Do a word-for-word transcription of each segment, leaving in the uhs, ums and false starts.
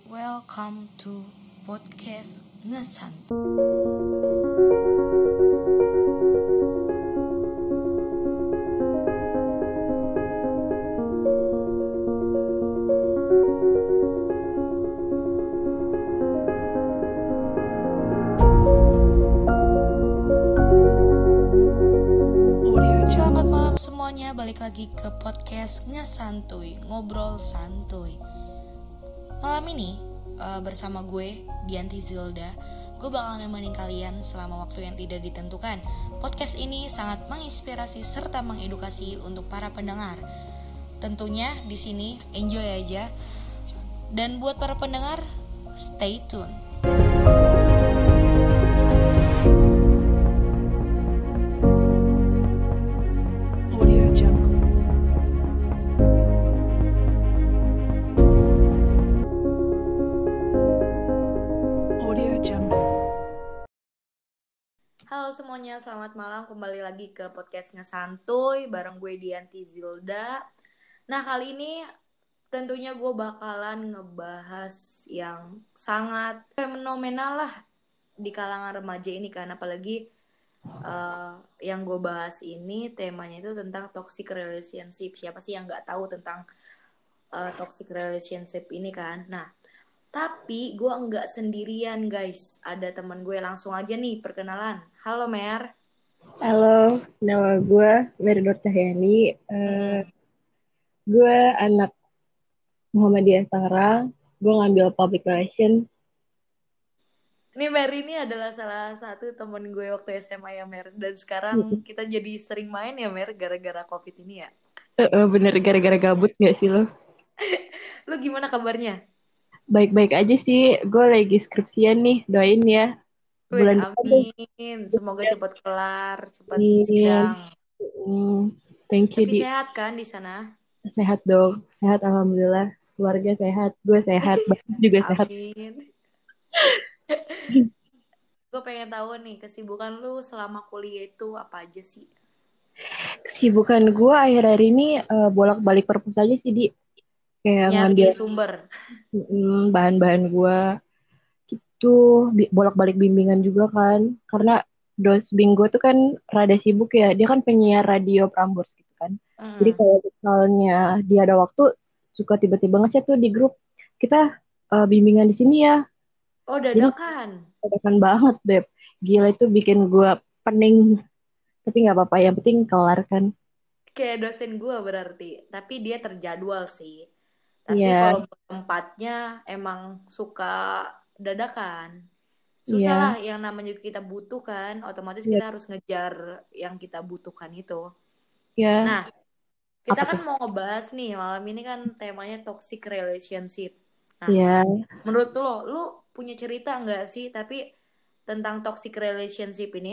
Welcome to podcast Ngesantu. Selamat malam semuanya, balik lagi ke podcast Ngesantuy, ngobrol santuy. Malam ini uh, bersama gue Dianti Zilda, gue bakal nemenin kalian selama waktu yang tidak ditentukan. Podcast ini sangat menginspirasi serta mengedukasi untuk para pendengar. Tentunya di sini enjoy aja. Dan buat para pendengar, stay tune. Halo semuanya, selamat malam. Kembali lagi ke podcast Ngesantuy bareng gue Dianti Zilda. Nah, kali ini tentunya gue bakalan ngebahas yang sangat fenomenal lah di kalangan remaja ini kan. Apalagi uh, yang gue bahas ini temanya itu tentang toxic relationship. Siapa sih yang gak tahu tentang uh, toxic relationship ini kan? Nah, tapi gue enggak sendirian guys. Ada teman gue, langsung aja nih perkenalan. Halo Mer. Halo, nama gue Mary Nur Cahyani. Uh, Hmm. gue anak Muhammadiyah Tangerang. Gue ngambil public relation. Ini Mer ini adalah salah satu temen gue waktu S M A ya Mer. Dan sekarang kita jadi sering main ya Mer gara-gara COVID ini ya. Uh, uh, bener gara-gara gabut gak sih lo? Lu gimana kabarnya? Baik-baik aja sih. Gue lagi skripsian nih. Doain ya. Wih, Bulan depan tuh. amin. Semoga cepat kelar, cepat Amin. sidang. Hmm, thank you Tapi di. sehat kan di sana? Sehat dong. Sehat alhamdulillah. Keluarga sehat. Gue sehat. Bapak juga sehat. Amin. Gue pengen tahu nih, kesibukan lu selama kuliah itu apa aja sih? Kesibukan gue akhir-akhir ini uh, bolak-balik perpus aja sih di. Kayak Nyari ngambil sumber. mm, bahan-bahan gue. Tuh bolak-balik bimbingan juga kan, karena dosbing gue tuh kan rada sibuk ya, dia kan penyiar radio Prambors gitu kan. Jadi Mm-mm. kalau misalnya dia ada waktu, suka tiba-tiba ngechat tuh di grup, kita uh, bimbingan di sini ya. Oh, Jadi dadakan. dadakan banget Beb, gila itu bikin gue pening, tapi nggak apa-apa, yang penting kelar kan. Kayak dosen gue berarti, tapi dia terjadwal sih. Tapi Iya, kalau buat tempatnya emang suka dadakan. Susah lah, iya, yang namanya kita butuhkan, otomatis iya, kita harus ngejar yang kita butuhkan itu. iya. Nah, kita Apa kan tuh? mau ngebahas nih, malam ini kan temanya toxic relationship. Nah, Iya, menurut lo, lu punya cerita nggak sih tapi tentang toxic relationship ini?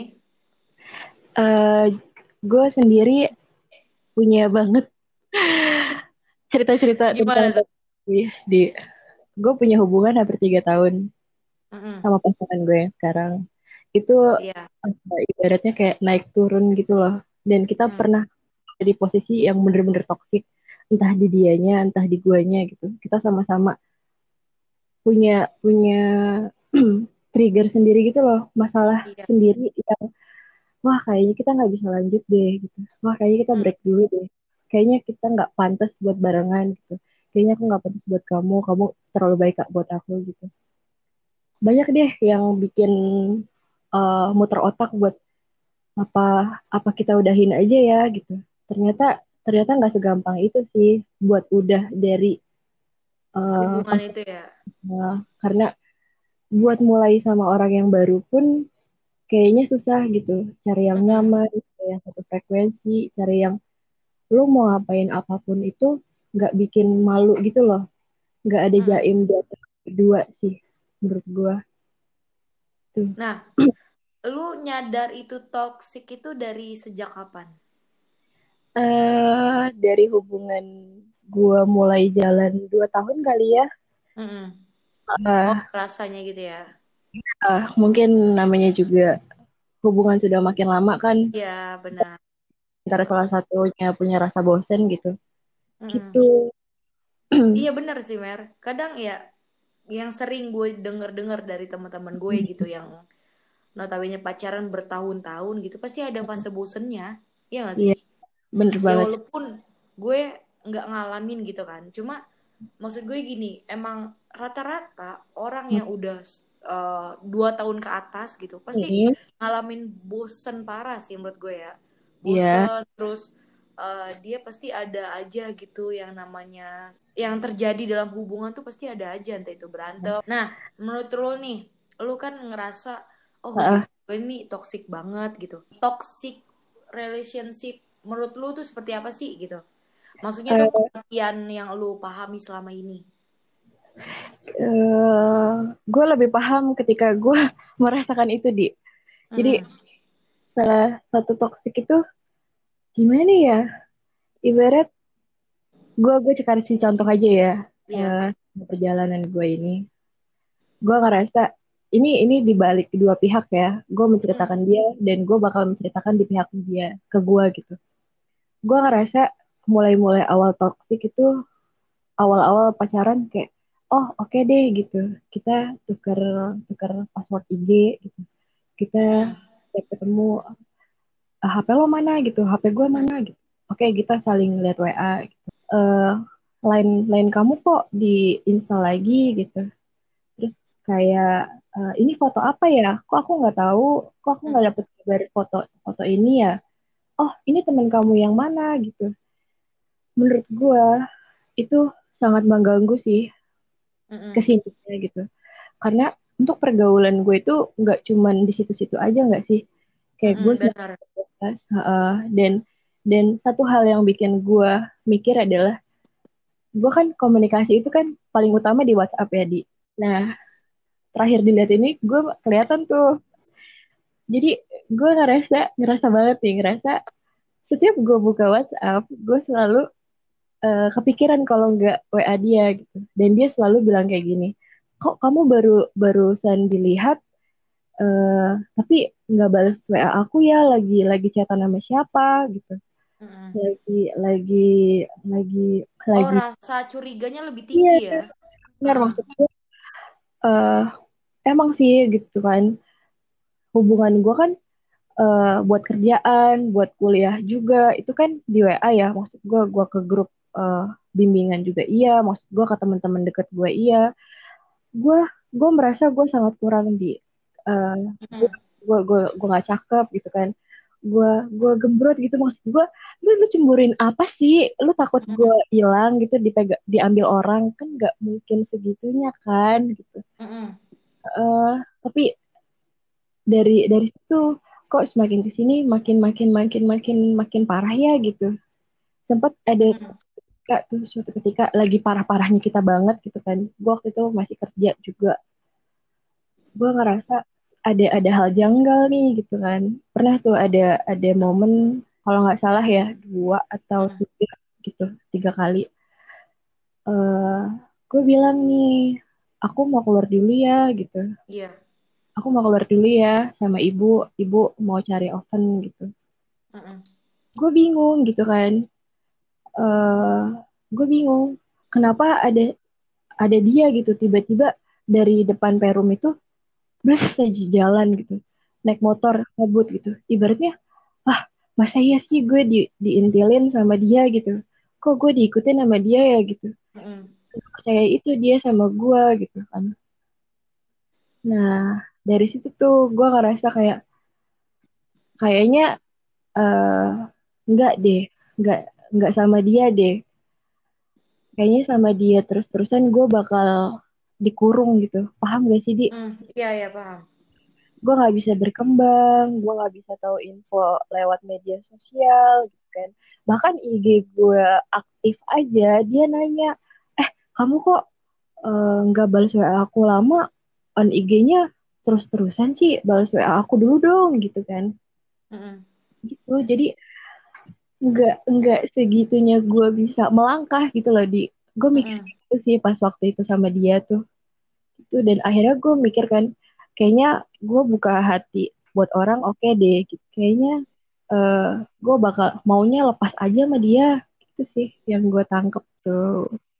uh, gue sendiri punya banget cerita-cerita tentang Gimana tuh? di, di gue punya hubungan hampir tiga tahun Mm-mm. sama pasangan gue yang sekarang. Itu Iya. apa, ibaratnya kayak naik turun gitu loh. Dan kita Mm. pernah ada di posisi yang bener-bener toksik, entah di dianya, entah di guanya gitu. Kita sama-sama punya punya trigger sendiri gitu loh, masalah Iya. sendiri yang wah kayaknya kita nggak bisa lanjut deh gitu. Wah kayaknya kita Mm. break dulu deh. Kayaknya kita nggak pantas buat barengan gitu. Kayaknya aku nggak pantas buat kamu, kamu terlalu baik Kak, buat aku gitu. Banyak deh yang bikin uh, muter otak buat apa apa kita udahin aja ya gitu. Ternyata ternyata nggak segampang itu sih buat udah dari uh, Hubungan itu ya. pasangan. Karena buat mulai sama orang yang baru pun kayaknya susah gitu. Cari yang Mm-mm. nyaman, cari yang satu frekuensi, cari yang lu mau ngapain apapun itu nggak bikin malu gitu loh. Nggak ada Mm-mm. jaim di antara berdua sih menurut gua tuh. Nah, lu nyadar itu toxic itu dari sejak kapan? Eh dari hubungan gua mulai jalan dua tahun kali ya. Mm-mm. Oh, Eh rasanya gitu ya. eh, mungkin namanya juga hubungan sudah makin lama kan, Iya, benar. antara salah satunya punya rasa bosen gitu. Mm-mm. Gitu. Iya benar sih, Mer. Kadang ya yang sering gue denger-dengar dari teman-teman gue gitu yang notabene pacaran bertahun-tahun gitu pasti ada fase bosennya, ya gak Iya, sih? bener Ya banget. walaupun gue nggak ngalamin gitu kan, cuma maksud gue gini, emang rata-rata orang yang udah uh, dua tahun ke atas gitu pasti Hmm, ngalamin bosen parah sih menurut gue ya. iya. Bosen terus uh, dia pasti ada aja gitu yang namanya yang terjadi dalam hubungan tuh pasti ada aja entah itu berantem. Nah, menurut lo nih, lo kan ngerasa oh Heeh. hubungan gue ini toxic banget gitu. Toxic relationship menurut lo tuh seperti apa sih gitu? Maksudnya tuh Eh, pengertian yang lu pahami selama ini. eh, gue lebih paham ketika gue merasakan itu di. Jadi Mm-mm. salah satu toksik itu gimana ya? Ibarat gue gue kasih contoh aja ya. Iya. eh Perjalanan gue ini, gue ngerasa ini ini dibalik kedua pihak ya. Gue Mm. menceritakan dia dan gue bakal menceritakan di pihak dia ke gue gitu. Gue ngerasa mulai-mulai awal toksik itu awal-awal pacaran kayak oh oke deh gitu kita tuker tuker password I G gitu kita Mm-mm. ketemu ah, H P lo mana gitu H P gue Mm. mana gitu oke kita saling lihat W A gitu. Eh, lain lain kamu kok di install lagi gitu terus kayak eh, ini foto apa ya kok aku nggak tahu kok aku nggak Mm. dapet kabar foto foto ini ya oh ini teman kamu yang mana gitu menurut gue itu sangat mengganggu sih Mm-mm. kesininya gitu karena untuk pergaulan gue itu nggak cuman di situ-situ aja nggak sih kayak gue Mm-mm, semakin benar. bebas heeh. dan dan satu hal yang bikin gue mikir adalah gue kan komunikasi itu kan paling utama di WhatsApp ya di nah terakhir dilihat ini gue kelihatan tuh jadi gue ngerasa ngerasa banget nih ngerasa setiap gue buka WhatsApp gue selalu eh, kepikiran kalau nggak W A dia gitu dan dia selalu bilang kayak gini kok kamu baru barusan dilihat eh tapi nggak balas W A aku ya lagi lagi chatan sama siapa gitu Mm-mm. lagi lagi lagi Oh, lagi rasa curiganya lebih iya tinggi ya? benar Mm-mm. maksudku eh emang sih gitu kan hubungan gue kan eh, buat kerjaan buat kuliah juga itu kan di W A ya maksud gue gue ke grup eh, bimbingan juga iya maksud gue ke teman-teman deket gue iya gue gue merasa gue sangat kurang di eh, gue Mm-mm. gue gue gue gak cakep gitu kan gue gue gembrot gitu maksud gue lu lu cemburuin apa sih lu takut gue Mm-mm. hilang gitu dipega diambil orang kan nggak mungkin segitunya kan gitu Mm-mm. Eh tapi dari dari situ kok semakin ke sini makin makin makin makin makin parah ya gitu sempat ada Mm-mm. suatu ketika tuh suatu ketika lagi parah-parahnya kita banget gitu kan gue waktu itu masih kerja juga gue ngerasa ada ada hal janggal nih gitu kan pernah tuh ada ada momen kalau nggak salah ya dua atau Mm-mm. tiga gitu tiga kali eh gue bilang nih aku mau keluar dulu ya gitu Iya. aku mau keluar dulu ya sama ibu ibu mau cari oven gitu Mm-mm. gue bingung gitu kan eh gue bingung kenapa ada ada dia gitu tiba-tiba dari depan perum itu beres aja jalan gitu naik motor ngebut gitu ibaratnya ah masa iya sih gue di diintilin sama dia gitu kok gue diikutin sama dia ya gitu Mm-mm. percaya itu dia sama gue gitu kan nah dari situ tuh gue ngerasa kayak kayaknya eh enggak deh enggak enggak sama dia deh kayaknya sama dia terus-terusan gue bakal dikurung gitu paham gak sih di Mm. Iya, iya, paham. gue nggak bisa berkembang gue nggak bisa tahu info lewat media sosial gitu kan bahkan I G gue aktif aja dia nanya eh kamu kok eh, nggak balas W A aku lama on I G-nya terus-terusan sih balas W A aku dulu dong gitu kan Mm-mm. gitu jadi nggak nggak segitunya gue bisa melangkah gitu loh di gue mikir Mm-mm. gitu sih pas waktu itu sama dia tuh itu dan akhirnya gue mikir kan kayaknya gue buka hati buat orang oke deh gitu. Kayaknya eh gue bakal maunya lepas aja sama dia itu sih yang gue tangkep tuh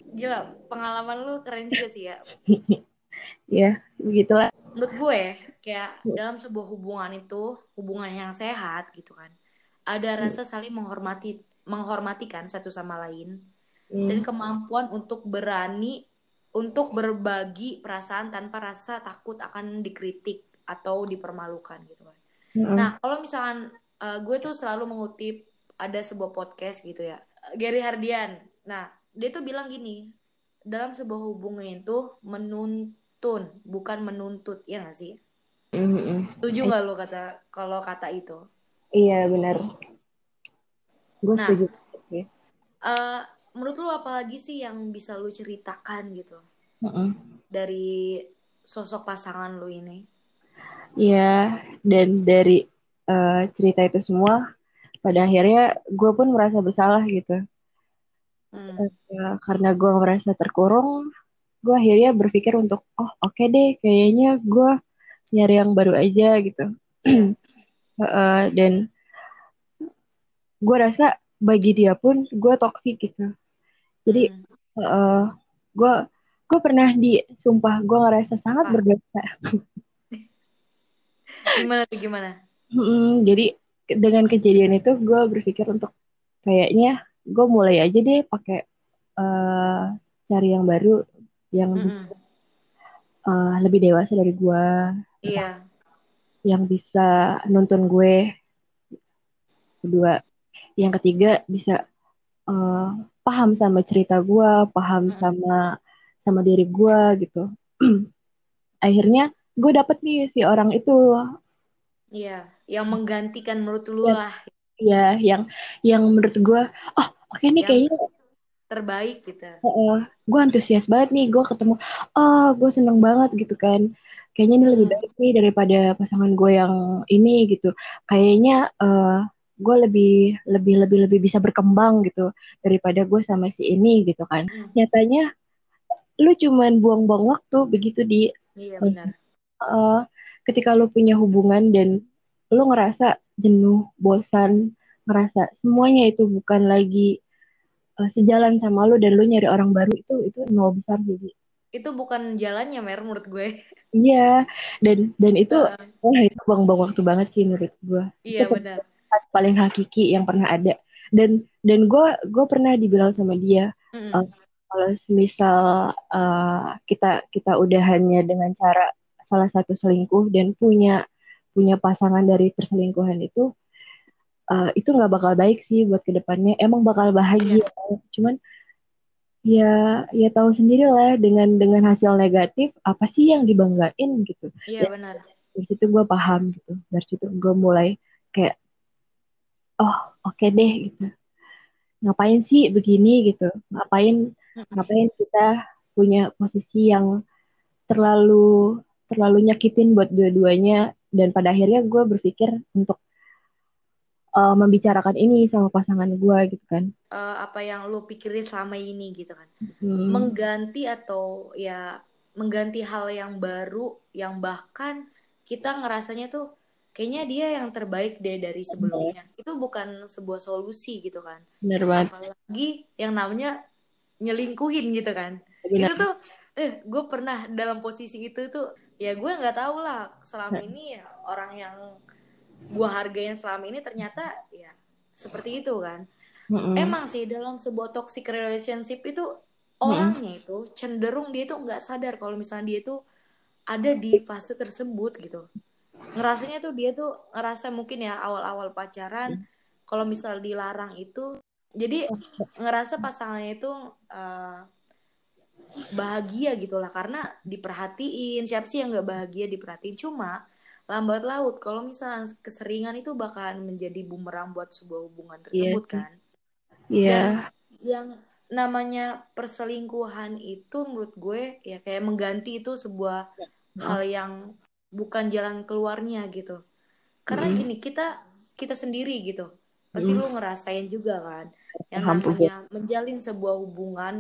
Gila, pengalaman lu keren juga sih ya. Ya, begitulah. Menurut gue kayak dalam sebuah hubungan itu, hubungan yang sehat gitu kan, ada rasa saling menghormati menghormatikan satu sama lain dan Hmm. kemampuan untuk berani untuk berbagi perasaan tanpa rasa takut akan dikritik atau dipermalukan gitu kan. Nah, Hmm. kalau misalkan eh, gue tuh selalu mengutip ada sebuah podcast gitu ya, Gary Hardian. Nah, dia tuh bilang gini, dalam sebuah hubungan itu menuntun, bukan menuntut, ya nggak sih? Hmm. Hmm. Setuju Eh, nggak lo kata kalau kata itu? iya benar, gue Nah, setuju sih. eh, menurut lo apalagi sih yang bisa lo ceritakan gitu Mm-mm. dari sosok pasangan lo ini? Iya, dan dari eh, cerita itu semua, pada akhirnya gue pun merasa bersalah gitu. Hmm, Eh, ya, karena gue merasa terkurung, gue akhirnya berpikir untuk, oh oke deh, kayaknya gue nyari yang baru aja gitu. iya. Eh, dan gue rasa bagi dia pun gue toksik gitu. Jadi Hmm. eh gue gue pernah di sumpah gue ngerasa sangat Ah, berdosa. gimana tuh gimana? Mm, jadi ke- dengan kejadian itu gue berpikir untuk kayaknya gue mulai aja deh pakai eh, cari yang baru yang bi- Mm-mm. eh, lebih dewasa dari gue, Iya. yang bisa nuntun gue. Kedua, yang ketiga bisa eh, paham sama cerita gue, paham Mm-mm. sama sama diri gue gitu. Akhirnya gue dapet nih si orang itu, Iya, yang menggantikan menurut lu ya, lah, ya yang yang menurut gue, oh oke nih yang kayaknya terbaik gitu. gue antusias banget nih gue ketemu, oh gue seneng banget gitu kan, kayaknya ini lebih Mm-mm. baik nih daripada pasangan gue yang ini gitu, kayaknya uh, gue lebih lebih lebih lebih bisa berkembang gitu daripada gue sama si ini gitu kan. Mm. Nyatanya lu cuman buang-buang waktu begitu di Iya benar. uh, ketika lu punya hubungan dan lu ngerasa jenuh, bosan, ngerasa semuanya itu bukan lagi uh, sejalan sama lu dan lu nyari orang baru, itu itu nol besar jadi. Itu bukan jalannya, Mer, menurut gue. Iya, dan dan itu Heeh. wah itu buang-buang waktu banget sih menurut gue. Itu Iya benar. tempat paling hakiki yang pernah ada. Dan dan gue gue pernah dibilang sama dia, eh, Mm-mm. kalau semisal eh, kita kita udah hanya dengan cara salah satu selingkuh dan punya punya pasangan dari perselingkuhan itu, eh, itu nggak bakal baik sih buat kedepannya. Emang bakal Iya, bahagia, cuman ya ya tahu sendiri lah dengan dengan hasil negatif apa sih yang dibanggain gitu. iya Dan benar. dari situ gue paham gitu, dari situ gue mulai kayak oh oke deh gitu, ngapain sih begini gitu, ngapain Mm-mm. ngapain kita punya posisi yang terlalu terlalu nyakitin buat dua-duanya. Dan pada akhirnya gue berpikir untuk uh, membicarakan ini sama pasangan gue gitu kan. Eh, apa yang lu pikirin selama ini gitu kan. Hmm, Mengganti atau ya mengganti hal yang baru yang bahkan kita ngerasanya tuh kayaknya dia yang terbaik deh dari sebelumnya. Itu bukan sebuah solusi gitu kan. bener banget, Apalagi yang namanya nyelingkuhin gitu kan. Itu bener. tuh eh gue pernah dalam posisi itu tuh, ya gue nggak tahu lah selama ini ya orang yang gue hargain selama ini ternyata ya seperti itu kan. Mm-mm. Emang sih dalam sebuah toxic relationship itu Mm-mm. orangnya itu cenderung dia tuh nggak sadar kalau misalnya dia tuh ada di fase tersebut gitu. Ngerasanya tuh dia tuh ngerasa mungkin ya awal-awal pacaran kalau misal dilarang itu jadi ngerasa pasangannya itu eh, bahagia gitu lah karena diperhatiin. Siapa sih yang nggak bahagia diperhatiin? Cuma lambat laut kalau misalnya keseringan itu bakalan menjadi bumerang buat sebuah hubungan Iya tersebut sih, kan. iya. Dan yang namanya perselingkuhan itu menurut gue ya kayak mengganti itu sebuah hal Maaf. yang bukan jalan keluarnya gitu. Karena Mm-mm. gini, kita kita sendiri gitu. Pasti Mm-mm. lu ngerasain juga kan yang Paham namanya paham. menjalin sebuah hubungan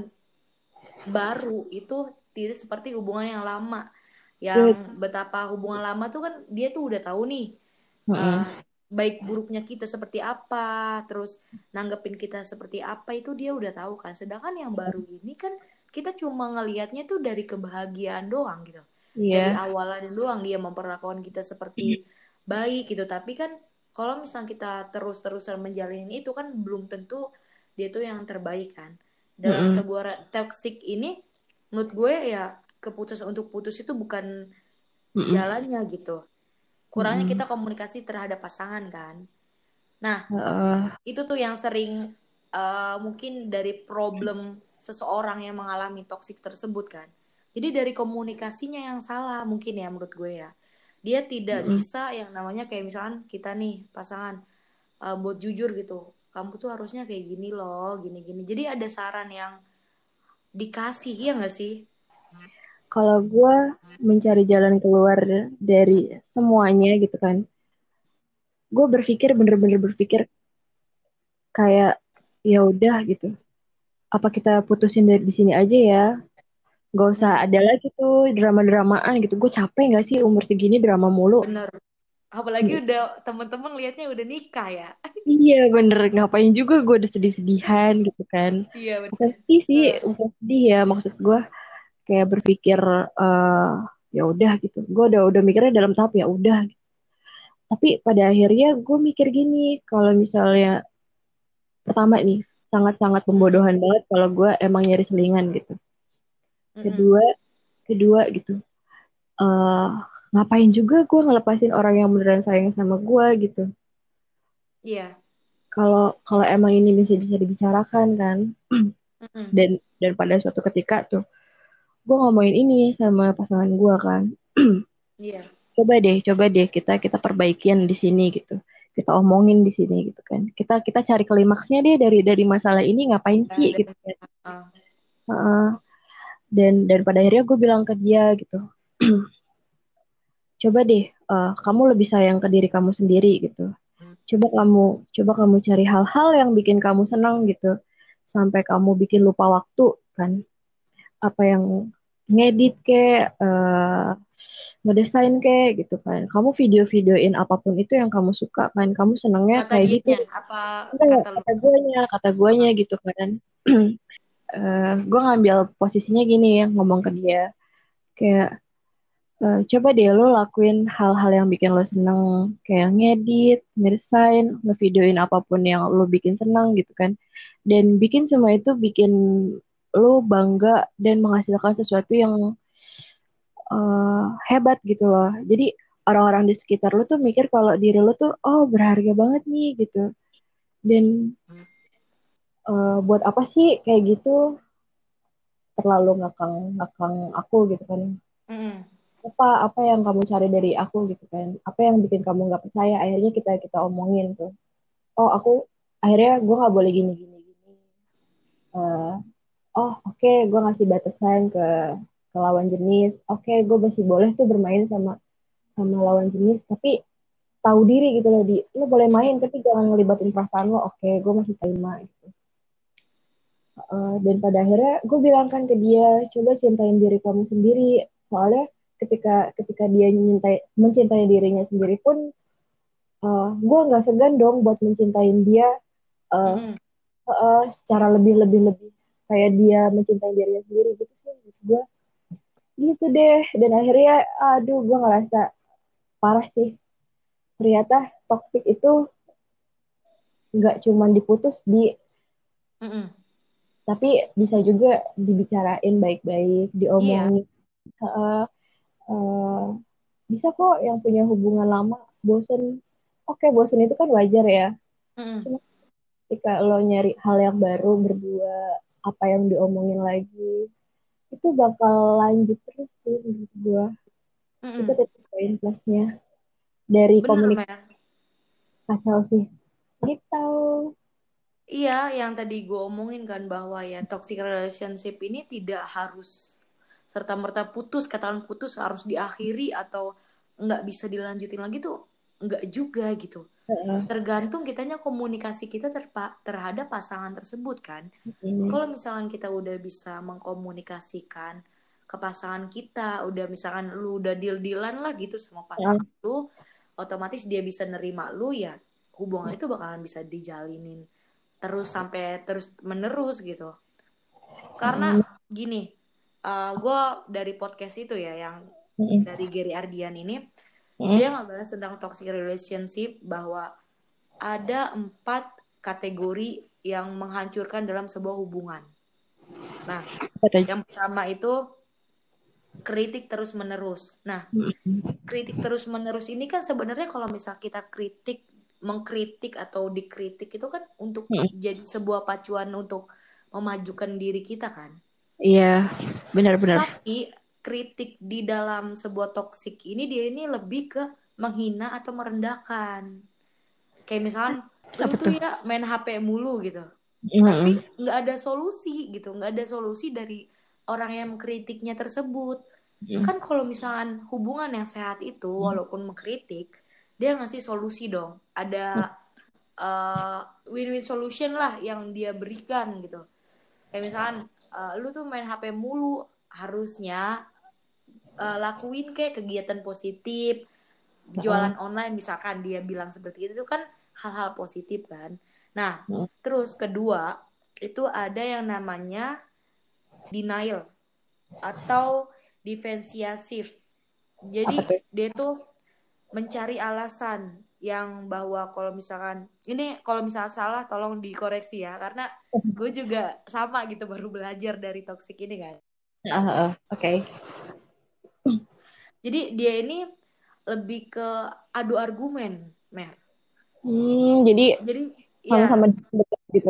baru itu tidak seperti hubungan yang lama. Good. Yang betapa hubungan lama tuh kan dia tuh udah tahu nih Mm-mm. uh, baik buruknya kita seperti apa, terus nanggepin kita seperti apa itu dia udah tahu kan. Sedangkan yang baru ini kan kita cuma ngelihatnya tuh dari kebahagiaan doang gitu. Dari Iya. awalan doang dia memperlakukan kita seperti baik gitu. Tapi kan kalau misalnya kita terus-terusan menjalin itu kan belum tentu dia tuh yang terbaik kan. Dalam Mm-mm. sebuah toxic ini menurut gue ya keputusan untuk putus itu bukan Mm-mm. jalannya gitu. Kurangnya kita Mm-mm. komunikasi terhadap pasangan kan. Nah, Heeh. itu tuh yang sering uh, mungkin dari problem seseorang yang mengalami toksik tersebut kan. Jadi dari komunikasinya yang salah mungkin ya menurut gue ya. Dia tidak Mm-mm. bisa yang namanya kayak misalkan kita nih pasangan uh, buat jujur gitu. Kamu tuh harusnya kayak gini loh, gini-gini. Jadi ada saran yang dikasih ya nggak sih? Kalau gue mencari jalan keluar dari semuanya gitu kan, gue berpikir bener-bener berpikir kayak ya udah gitu. Apa kita putusin dari di sini aja ya? Gak usah Mm-mm, ada lagi tuh drama-dramaan gitu. Gue capek gak sih umur segini drama mulu? bener. Apalagi udah temen-temen liatnya udah nikah ya. Iya bener, ngapain juga gue udah sedih-sedihan gitu kan. Iya Bukan bener. sedih sih, Heeh. bukan sedih ya. Maksud gue kayak berpikir eh ya udah gitu. Gue udah udah mikirnya dalam tahap ya udah. Tapi pada akhirnya gue mikir gini, kalau misalnya pertama nih, sangat-sangat Mm-mm, pembodohan banget kalau gue emang nyari selingan gitu. mm-mm. Kedua, kedua gitu. eh Ngapain juga gue ngelepasin orang yang beneran sayang sama gue gitu. Iya. Kalau kalau emang ini bisa bisa dibicarakan kan, Mm-mm. dan dan pada suatu ketika tuh gue ngomongin ini sama pasangan gue kan, Iya. coba deh coba deh kita kita perbaikin di sini gitu, kita omongin di sini gitu kan, kita kita cari klimaksnya deh dari dari masalah ini ngapain sih Nah, gitu dan, kan. uh, Heeh. dan dan pada akhirnya gue bilang ke dia gitu, coba deh eh, kamu lebih sayang ke diri kamu sendiri gitu, coba kamu coba kamu cari hal-hal yang bikin kamu senang gitu, sampai kamu bikin lupa waktu kan, apa yang ngedit ke, eh, ngedesain ke gitu kan. Kamu video-videoin apapun itu yang kamu suka kan. Kamu senangnya kata kayak gitu. dianya apa Enggak, kata lu? kata guanya, kata guanya gitu kan. Eh, gue ngambil posisinya gini ya, ngomong ke dia. Kayak, eh, coba deh lo lakuin hal-hal yang bikin lo seneng. Kayak ngedit, ngedesain, ngevideoin apapun yang lo bikin seneng gitu kan. Dan bikin semua itu bikin lo bangga dan menghasilkan sesuatu yang eh, hebat gitu loh. Jadi orang-orang di sekitar lu tuh mikir kalau diri lu tuh oh berharga banget nih gitu. Dan eh, buat apa sih kayak gitu, terlalu ngakang ngakang aku gitu kan. Mm-mm. Apa apa yang kamu cari dari aku gitu kan? Apa yang bikin kamu nggak percaya? Akhirnya kita kita omongin tuh. Oh aku akhirnya gue nggak boleh gini gini gini. Eh, oh oke okay, gue ngasih batasan ke ke lawan jenis. Oke okay, gue masih boleh tuh bermain sama sama lawan jenis tapi tahu diri gitu loh, di lo boleh main Mm-mm. tapi jangan ngelibatin perasaan lo, oke gue masih terima gitu. Eh, dan pada akhirnya gue bilang kan ke dia, coba cintain diri kamu sendiri, soalnya ketika ketika dia mencintai mencintai dirinya sendiri pun eh, gue nggak segan dong buat mencintain dia, eh, Mm-mm. eh, secara lebih lebih lebih kayak dia mencintai dirinya sendiri gitu sih menurut gue, gitu deh. Dan akhirnya aduh gue ngerasa parah sih, ternyata toxic itu nggak cuma diputus di, Mm-mm. tapi bisa juga dibicarain baik-baik, Iya. diomongin. Eh, eh, Bisa kok yang punya hubungan lama bosen. Oke, bosen itu kan wajar ya. Mm-mm. Cuma ketika lo nyari hal yang baru berdua, apa yang diomongin lagi, itu bakal lanjut terus sih menurut gue. Itu Mm-mm. tadi poin plusnya dari Bener komunikasi men. kacau sih. Gitu. Iya, yang tadi gue omongin kan bahwa ya toxic relationship ini tidak harus serta-merta putus, katakan putus harus diakhiri atau nggak bisa dilanjutin lagi tuh nggak juga gitu. Heeh. Tergantung kitanya komunikasi kita terpa- terhadap pasangan tersebut kan. Hmm. Kalau misalkan kita udah bisa mengkomunikasikan ke pasangan kita, udah misalkan lu udah deal-dealan lah gitu sama Heeh. pasangan lu, otomatis dia bisa nerima lu ya, hubungan itu bakalan bisa dijalinin terus sampai terus menerus gitu. Karena Heeh. gini, uh, gue dari podcast itu ya yang Mm-mm. dari Gary Ardian ini, dia Mm-mm. ngebahas tentang toxic relationship bahwa ada empat kategori yang menghancurkan dalam sebuah hubungan. Nah, Apa tadi? yang pertama itu kritik terus-menerus. Nah, Mm-mm. kritik terus-menerus ini kan sebenarnya kalau misal kita kritik, mengkritik atau dikritik itu kan untuk Mm-mm. jadi sebuah pacuan untuk memajukan diri kita kan. Iya, benar-benar. Tapi kritik di dalam sebuah toksik ini dia ini lebih ke menghina atau merendahkan. Kayak misalkan lu Apa tuh tuh? ya main H P mulu gitu. Mm-mm. Tapi nggak ada solusi gitu, nggak ada solusi dari orang yang mengkritiknya tersebut. Mm-mm. Kan kalau misalkan hubungan yang sehat itu walaupun mengkritik, dia ngasih solusi dong. Ada uh, win-win solution lah yang dia berikan gitu. Kayak misalkan uh, lu tuh main H P mulu, harusnya uh, lakuin kayak kegiatan positif, Mm-mm. jualan online misalkan dia bilang seperti itu kan hal-hal positif kan. Nah, Mm-mm. terus kedua itu ada yang namanya denial atau defensiasif. Apa Jadi tuh? dia tuh mencari alasan yang bahwa kalau misalkan ini kalau misalnya salah tolong dikoreksi ya karena gue juga sama gitu baru belajar dari toxic ini kan. Ah, ah, ah. Oke. Jadi dia ini lebih ke adu argumen, Mer. Hmm, jadi Jadi sama-sama ya, dekat gitu.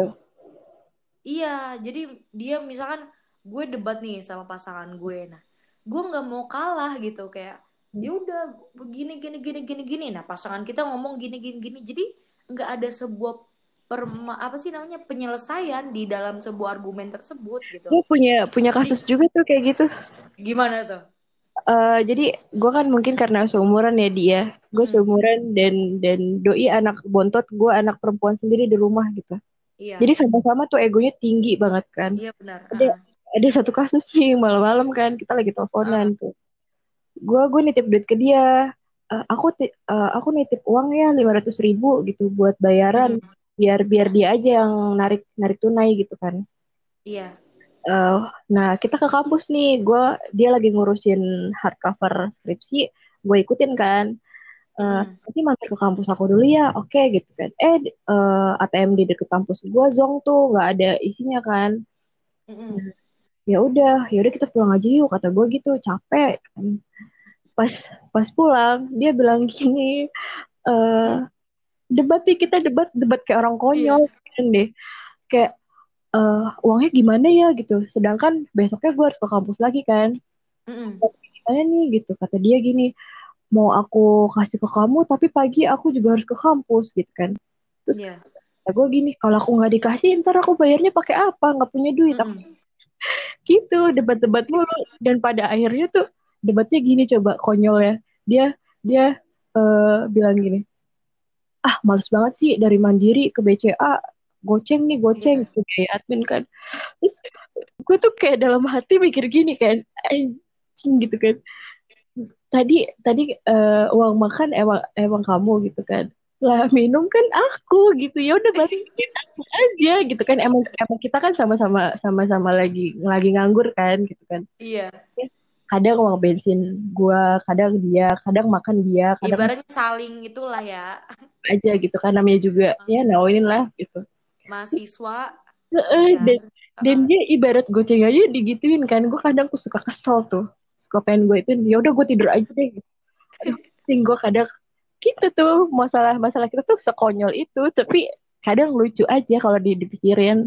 iya, jadi dia misalkan gue debat nih sama pasangan gue, nah gue nggak mau kalah gitu kayak ya udah begini gini gini gini gini, nah pasangan kita ngomong gini gini gini, jadi nggak ada sebuah perma apa sih namanya penyelesaian di dalam sebuah argumen tersebut gitu. Gue punya punya Jadi kasus juga tuh kayak gitu. gimana tuh? Eh, jadi gue kan mungkin karena seumuran ya dia, gue Mm-mm. seumuran dan dan doi anak bontot, gue anak perempuan sendiri di rumah gitu. Jadi Iya, sama-sama tuh egonya tinggi banget kan. iya benar. Ada Ah, ada satu kasus nih malam-malam kan kita lagi teleponan ah, tuh. Gue gue nitip duit ke dia. Eh, aku ti- eh, aku nitip uang ya lima ratus ribu gitu buat bayaran mm-mm. biar biar dia aja yang narik narik tunai gitu kan. Iya, Eh, nah, kita ke kampus nih. Gue dia lagi ngurusin hardcover skripsi. Gue ikutin kan. Eh, mm-mm. nanti mampir ke kampus aku dulu ya. Oke gitu kan. Eh, di- eh, A T M di deket kampus gue zong tuh nggak ada isinya kan. Mm-mm. Ya udah, ya udah kita pulang aja yuk kata gue gitu. Capek kan. Pas pas pulang dia bilang gini. eh Mm. Debat nih kita debat debat kayak orang konyol Iya, kan deh. Kayak eh, uangnya gimana ya gitu. Sedangkan besoknya gue harus ke kampus lagi kan. mm-mm. Gimana nih gitu kata dia gini mau aku kasih ke kamu tapi pagi aku juga harus ke kampus gitu kan terus Iya, kata gue gini kalau aku nggak dikasih ntar aku bayarnya pakai apa nggak punya duit aku mm-mm. gitu debat-debat mulu dan pada akhirnya tuh debatnya gini coba konyol ya dia dia eh, bilang gini ah males banget sih dari Mandiri ke B C A goceng nih goceng Iya, gitu kayak admin kan terus gue tuh kayak dalam hati mikir gini kan anjing gitu kan tadi tadi eh, uang makan emang emang kamu gitu kan lah minum kan aku gitu ya udah bagiin aku aja gitu kan emang emang kita kan sama-sama sama-sama lagi lagi nganggur kan gitu kan iya. kadang uang bensin gua kadang dia kadang makan dia kadang Ibaratnya saling itulah ya. aja gitu kan namanya juga ya nawinin lah gitu. Mahasiswa Heeh, dan wajar. dan Heeh. dia ibarat goceng aja digituin kan gue kadang aku suka kesel tuh suka pengen gue itu ya udah gue tidur aja deh gitu. Aduh pusing gue kadang gitu tuh masalah masalah kita tuh sekonyol itu tapi kadang lucu aja kalau di- dipikirin.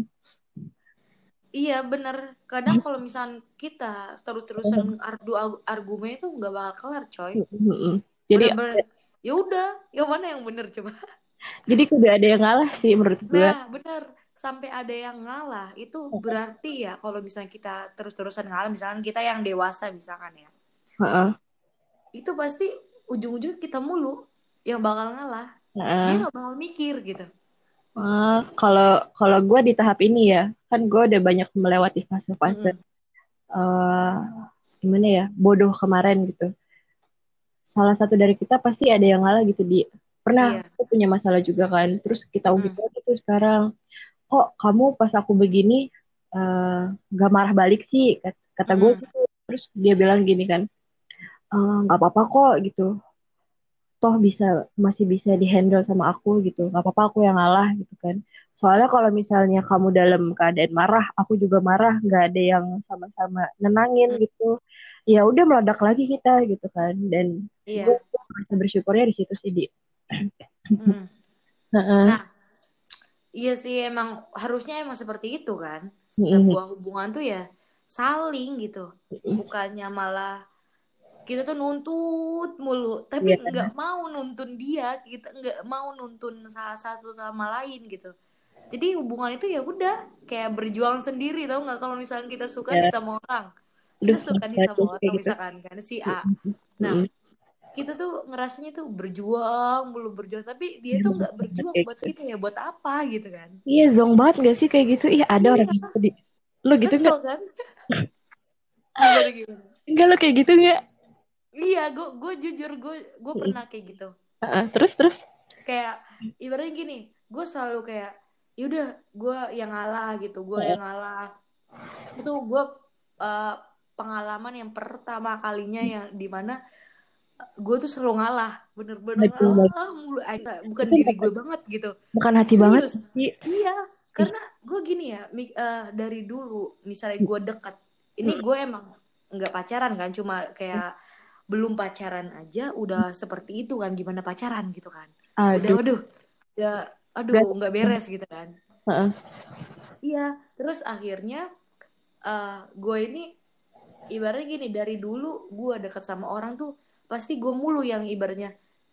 Iya bener. Kadang kalau misalnya kita terus-terusan ardu argumen itu nggak bakal kelar, coy. jadi Bener-bener. Ya udah, yang mana yang bener coba? jadi udah ada yang ngalah sih menurut gue. Nah, bener. Sampai ada yang ngalah, itu berarti ya kalau misalnya kita terus-terusan ngalah, misalkan kita yang dewasa misalkan ya, Heeh, itu pasti ujung-ujung kita mulu yang bakal ngalah. Dia heeh. nggak bakal mikir gitu. Ah, kalau kalau gue di tahap ini ya kan gue udah banyak melewati fase-fase Mm-mm. eh gimana ya bodoh kemarin gitu salah satu dari kita pasti ada yang ngalah gitu di pernah Iya. aku punya masalah juga kan terus kita ungkit Mm-mm. lagi tuh sekarang kok kamu pas aku begini eh, nggak marah balik sih kata, kata gue Mm-mm. gitu. Terus dia bilang gini kan, "Eh, nggak apa-apa kok gitu, toh bisa masih bisa dihandle sama aku gitu, nggak apa-apa aku yang ngalah gitu kan, soalnya kalau misalnya kamu dalam keadaan marah aku juga marah, nggak ada yang sama-sama nenangin Mm. gitu, ya udah meledak lagi kita gitu kan." Dan gue Iya. merasa bersyukurnya di situ sih di. Mm-mm. Heeh. Nah, iya sih emang harusnya emang seperti itu kan. Mm-mm. Sebuah hubungan tuh ya saling gitu. Bukannya malah kita tuh nuntut mulu, tapi Iya. nggak mau nuntun dia, kita nggak mau nuntun salah satu sama lain gitu. Jadi hubungan itu ya udah kayak berjuang sendiri tau nggak kalau misalnya kita suka nih Ya, sama orang, kita aduh suka nih banget sama kayak orang gitu. misalkan kan si A. Nah, Mm-mm. kita tuh ngerasanya tuh berjuang mulu berjuang, tapi dia Iya, tuh banget nggak berjuang kayak buat gitu. kita ya buat apa gitu kan? Iya, zong banget gak sih kayak gitu? Iya, ada orang Iya, gitu di. Lo gitu nggak? kesel kan? Gimana gimana? Enggak, lo kayak gitu nggak? Iya, gue gue jujur gue gue Mm-mm. pernah kayak gitu. Heeh, terus terus. Kayak ibaratnya gini, gue selalu kayak yaudah gue yang ngalah gitu, gue Heeh. yang ngalah. Itu gue uh, pengalaman yang pertama kalinya yang dimana gue tuh selalu ngalah, bener-bener Aduh, baik. ngalah mulu aja, bukan Itu diri bukan, gue banget gitu. bukan hati banget Serius. sih. Iya, Ih, karena gue gini ya, mi- eh, dari dulu misalnya gue dekat, ini mm, gue emang nggak pacaran kan, cuma kayak belum pacaran aja udah seperti itu kan, gimana pacaran gitu kan. Udah, aduh, waduh, udah, aduh, gak. nggak beres gitu kan. Heeh. Iya, terus akhirnya eh gue ini ibaratnya gini, dari dulu gue dekat sama orang tuh pasti gue mulu yang ibaratnya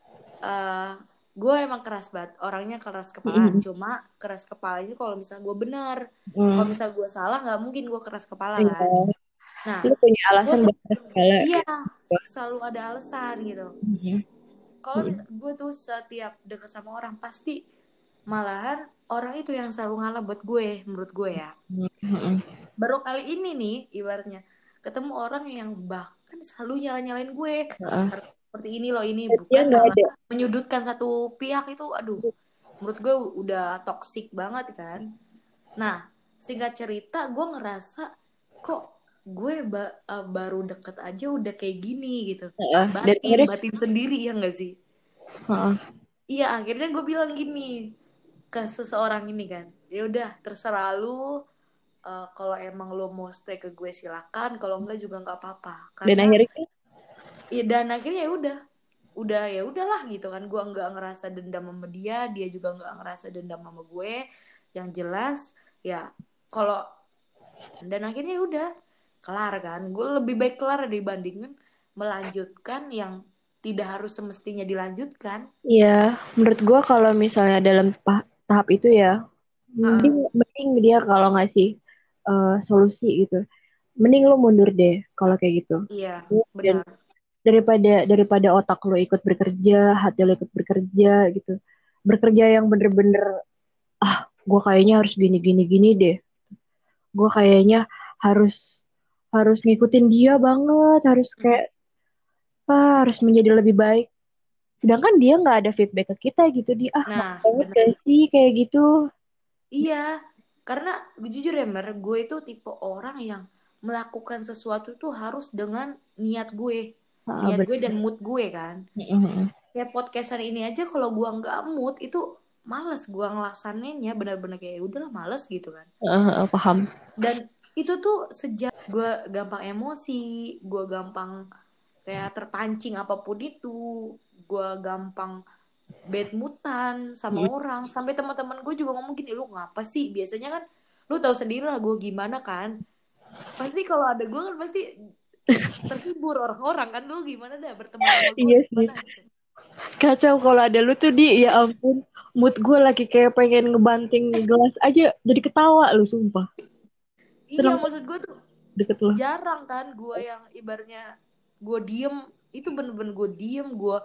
eh gue emang keras banget orangnya, keras kepala, Mm, cuma keras kepalanya kalau misalnya gue benar, kalau mm. misalnya gue salah nggak mungkin gue keras kepala kan. Iya. Nah, Lu punya gue alasan buat selalu, segala iya, gitu. selalu ada alasan gitu. Mm, Kalau mm, gue tuh setiap deket sama orang pasti malahan orang itu yang selalu ngalah buat gue, menurut gue ya. mm, mm. Baru kali ini nih ibaratnya ketemu orang yang bahkan selalu nyala-nyalain gue, Heeh. harus seperti ini loh, ini Dia bukan nggak malah ada. menyudutkan satu pihak. Itu aduh, menurut gue udah toksik banget kan. Nah, singkat cerita gue ngerasa kok gue ba- eh, baru deket aja udah kayak gini gitu, Heeh. Dan batin akhirnya, batin sendiri ya nggak sih. heeh. Iya, akhirnya gue bilang gini ke seseorang ini kan, ya udah terserah lu, eh, kalau emang lo mau stay ke gue silakan, kalau enggak juga nggak apa-apa, Dan karena akhirnya, ya, dan akhirnya ya udah udah ya udahlah gitu kan, gue nggak ngerasa dendam sama dia, dia juga nggak ngerasa dendam sama gue, yang jelas ya kalau, dan akhirnya ya udah kelar kan, gue lebih baik kelar dibandingkan melanjutkan yang tidak harus semestinya dilanjutkan. ya, menurut gua kalau misalnya dalam pa- tahap itu ya, mending, Heeh. mending dia kalau ngasih eh, solusi gitu, mending lu mundur deh kalau kayak gitu. Iya, Dan benar. daripada daripada otak lo ikut bekerja, hati lo ikut bekerja gitu, bekerja yang bener-bener, ah, gue kayaknya harus gini gini gini deh, gue kayaknya harus harus ngikutin dia banget, harus kayak, Mm. ah, harus menjadi lebih baik, sedangkan dia nggak ada feedback ke kita gitu, dia ah maaf Nah, banget gak benar. sih kayak gitu. Iya, karena jujur ya Mer, gue itu tipe orang yang melakukan sesuatu tuh harus dengan niat gue, Ah, niat gue dan bener. mood gue kan. Mm-mm. Kayak podcastan ini aja kalau gue nggak mood itu males gue ngelaksanainya, benar-benar kayak "Ya udahlah males gitu kan." Ah, ah, paham. Dan itu tuh sejak gue gampang emosi, gue gampang kayak terpancing apapun itu, gue gampang bad moodan sama Mm. orang, sampai teman-teman gue juga ngomong gini, lu ngapa sih, biasanya kan lu tahu sendiri lah gue gimana kan, pasti kalau ada gue kan pasti terhibur orang-orang kan, lu gimana dah berteman sama gue Iya sih, gimana gitu. kacau kalau ada lu tuh di, ya ampun, mood gue lagi kayak pengen ngebanting gelas aja jadi ketawa lu, sumpah. Iya, Seneng maksud gue tuh deket lo. jarang kan gue yang ibarnya gue diem, itu bener-bener gue diem, gue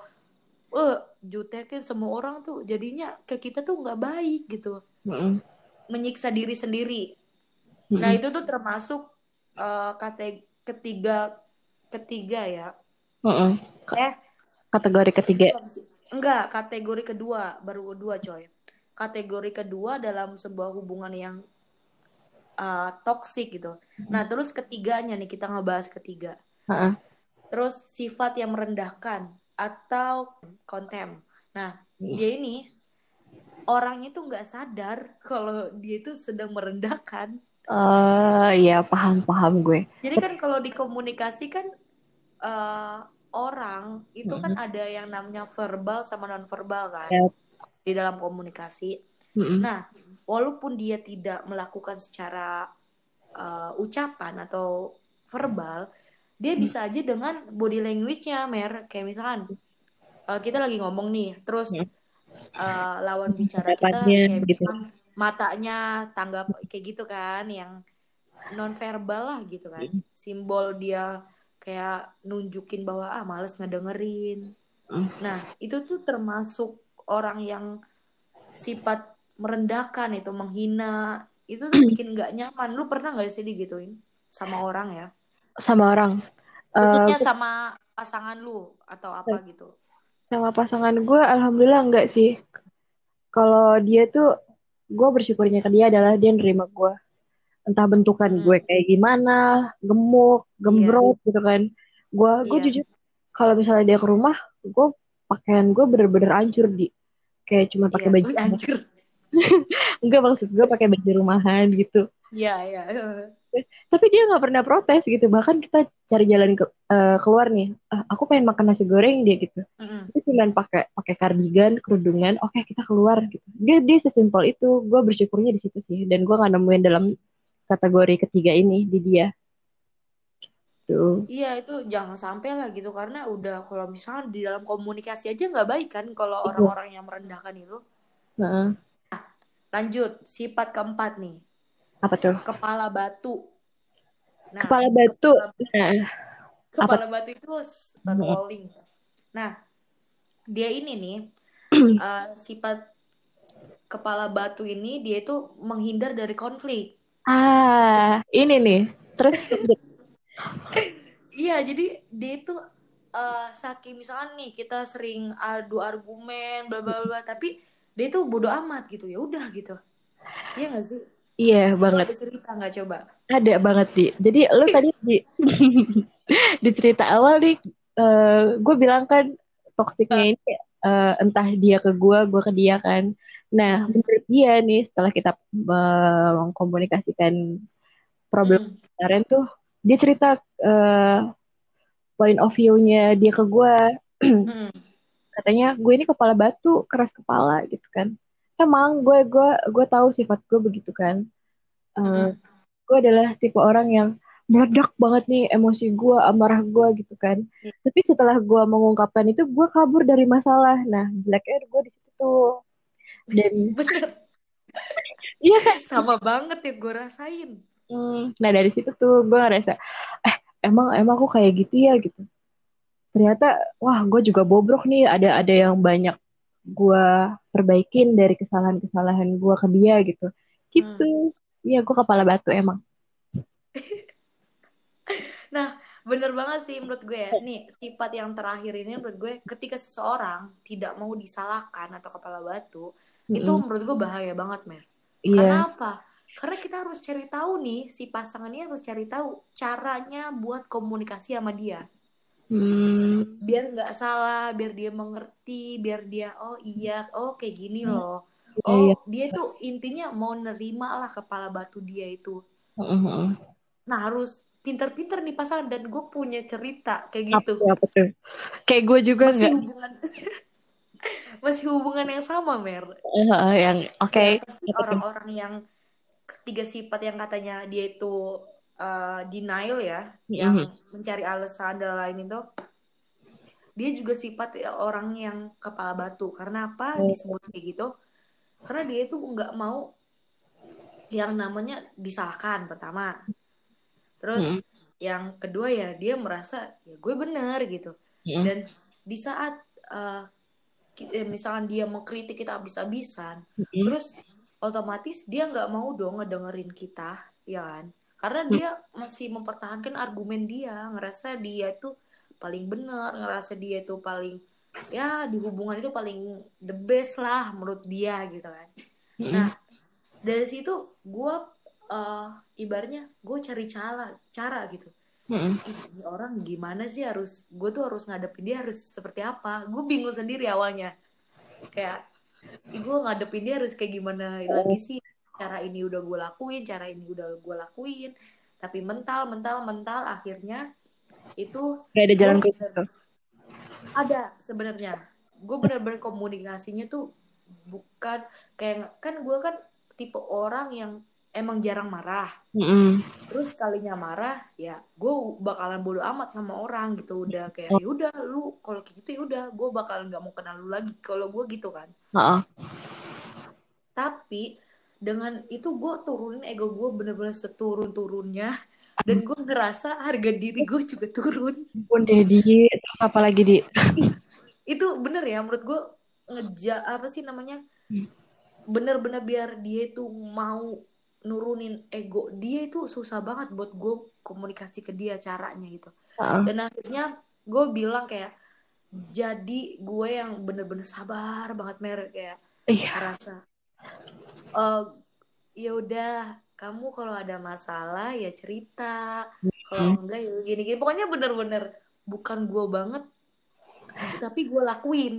eh jutekin semua orang tuh jadinya ke kita tuh nggak baik gitu, Mm-mm. menyiksa diri sendiri. Nah Mm-mm. itu tuh termasuk eh, kate ketiga ketiga ya. Mm-mm. Ka- Eh, Kategori ketiga. ketiga apa sih? Enggak, kategori kedua, baru kedua coy. Kategori kedua dalam sebuah hubungan yang uh, toxic gitu. Nah, terus ketiganya nih kita ngebahas ketiga. Heeh. Terus sifat yang merendahkan atau konten. Nah, dia ini orangnya tuh nggak sadar kalau dia itu sedang merendahkan. Eh ya paham-paham gue. Jadi kan kalau dikomunikasikan uh, orang itu kan Mm-mm. ada yang namanya verbal sama non verbal kan Ya. di dalam komunikasi. Mm-mm. Nah, walaupun dia tidak melakukan secara uh, ucapan atau verbal, dia bisa aja dengan body language-nya, Mer. Kayak misalkan uh, kita lagi ngomong nih, terus Mm-mm. uh, lawan bicara kita Pendapatnya kayak gitu. misalkan matanya tanggap kayak gitu kan, yang non verbal lah gitu kan. Mm-mm. Simbol dia kayak nunjukin bahwa ah males ngedengerin. Nah, itu tuh termasuk orang yang sifat merendahkan itu, menghina. Itu tuh bikin nggak nyaman. Lu pernah nggak sih digituin sama orang ya? Sama orang. Eh, Khususnya gue sama pasangan lu atau apa gitu. sama pasangan gue, alhamdulillah enggak sih. Kalau dia tuh, gue bersyukurnya ke dia adalah dia nerima gue. Entah bentukan gue Mm-mm. kayak gimana, gemuk, Iya, gembrot gitu kan. Gue gue iya. jujur, kalau misalnya dia ke rumah, gue pakaian gue bener-bener hancur di kayak cuma pakai Iya, baju. wih anjir. Enggak, maksud gue pakai baju rumahan gitu. Iya, iya. Tapi dia nggak pernah protes gitu. Bahkan kita cari jalan ke, eh, keluar nih. "Ah, aku pengen makan nasi goreng dia gitu. Mm-mm. Itu cuma pakai pakai kardigan, kerudungan. Oke, kita keluar gitu. Dia dia sesimpel itu. Gue bersyukurnya di situ sih. Dan gue nggak nemuin dalam kategori ketiga ini di dia. Tuh. Iya, itu jangan sampai lah gitu, karena udah kalau misalnya di dalam komunikasi aja nggak baik kan kalau Iya. orang-orang yang merendahkan itu. Heeh. Lanjut, sifat keempat nih, Apa tuh? kepala batu. Nah, Kepala batu. kepala Nah, apa kepala tuh? batu itu Heeh. stonewalling. Nah, dia ini nih uh, sifat kepala batu ini dia itu menghindar dari konflik. Ah, ini nih. Terus lanjut. Iya, jadi dia itu uh, saking misalkan nih kita sering adu argumen bla bla bla, tapi dia itu bodo amat gitu, ya udah gitu. Iya nggak sih? Iya Lo banget. ada cerita nggak coba? Ada banget di. Jadi lu tadi di di cerita awal nih, gue bilang kan toksiknya ini eh, entah dia ke gue, gue ke dia kan. Nah, Mm-mm. menurut dia nih setelah kita eh, mengkomunikasikan problem Mm-mm. kemarin tuh, dia cerita eh, point of view-nya dia ke gue. Mm-mm. Katanya gue ini kepala batu, keras kepala gitu kan. Emang gue gue gue tahu sifat gue begitu kan. Eh, Mm-mm. gue adalah tipe orang yang meledak banget nih emosi gue, amarah gue gitu kan. Iya, Tapi setelah gue mengungkapkan itu, gue kabur dari masalah. Nah, jeleknya gue di situ tuh. Dan bener. iya kan, Sama banget ya gue rasain. hmm, nah dari situ tuh gue ngerasa, eh emang emang aku kayak gitu ya gitu. Ternyata, wah gue juga bobrok nih. Ada ada yang banyak gue perbaikin dari kesalahan-kesalahan gue ke dia gitu. Gitu. Hmm. Iya, gue kepala batu emang. Nah, bener banget sih menurut gue ya. Nih, sifat yang terakhir ini menurut gue, ketika seseorang tidak mau disalahkan atau kepala batu, itu Mm-mm. menurut gue bahaya banget, Mer. Karena Iya. apa? Karena kita harus cari tahu nih, si pasangan ini harus cari tahu caranya buat komunikasi sama dia. Hmm. Biar nggak salah, biar dia mengerti, biar dia, oh iya, oh kayak gini loh. Iya, Oh, iya. dia tuh intinya mau nerima lah kepala batu dia itu. Mm-mm. Nah, harus pinter-pinter nih pasangan, dan gue punya cerita kayak Apa gitu. tuh, apa tuh? Kayak gue juga Masih nggak. hubungan masih hubungan yang sama, Mer. Eh, eh, yang oke. Ya, pasti Apa tuh? orang-orang yang ketiga sifat yang katanya dia itu uh, denial ya, yang Mm-mm. mencari alasan dan lain itu, dia juga sifat orang yang kepala batu. Karena apa Oh. disebut kayak gitu? Karena dia itu nggak mau yang namanya disalahkan pertama. Terus Mm-mm. yang kedua ya dia merasa ya gue bener gitu. Mm-mm. Dan di saat uh, ki- eh, misalkan dia mengkritik kita habis-habisan, Mm-mm. terus otomatis dia nggak mau dong ngedengerin kita, ya kan? Karena Mm-mm. dia masih mempertahankan argumen dia, ngerasa dia itu paling benar, ngerasa dia itu paling ya di hubungan itu paling the best lah menurut dia gitu kan. Nah, Mm-mm. dari situ gue uh, ibaratnya gue cari cara cara gitu. Mm-mm. Ih, ini orang gimana sih, harus gue tuh harus ngadepin dia harus seperti apa. Gue bingung sendiri awalnya. Kayak, ih, gue ngadepin dia harus kayak gimana lagi sih. Cara ini udah gue lakuin, cara ini udah gue lakuin. Tapi mental, mental, mental, akhirnya itu Gak ada gue jalan keluar bener, tuh. ada sebenarnya. Gue bener-bener komunikasinya tuh bukan kayak, kan gue kan tipe orang yang emang jarang marah. Mm-mm. Terus kalinya marah, ya gue bakalan bodo amat sama orang gitu. Udah kayak, Oh, ya udah lu kalau kayak gitu ya udah, gue bakalan nggak mau kenal lu lagi. Kalau gue gitu kan. heeh. Tapi dengan itu gue turunin ego gue bener-bener seturun-turunnya. Dan gue ngerasa harga diri gue juga turun. Ampun deh, Di. Terus apa lagi, Di? Ih, itu bener ya menurut gue, ngeja apa sih namanya, bener-bener biar dia itu mau nurunin ego dia itu susah banget buat gue komunikasi ke dia caranya gitu. Heeh. Dan akhirnya gue bilang kayak, jadi gue yang bener-bener sabar banget Mer, kayak Iya. ngerasa, eh ya udah, kamu kalau ada masalah ya cerita, kalau Mm. enggak ya gini-gini, pokoknya bener-bener bukan gue banget tapi gue lakuin.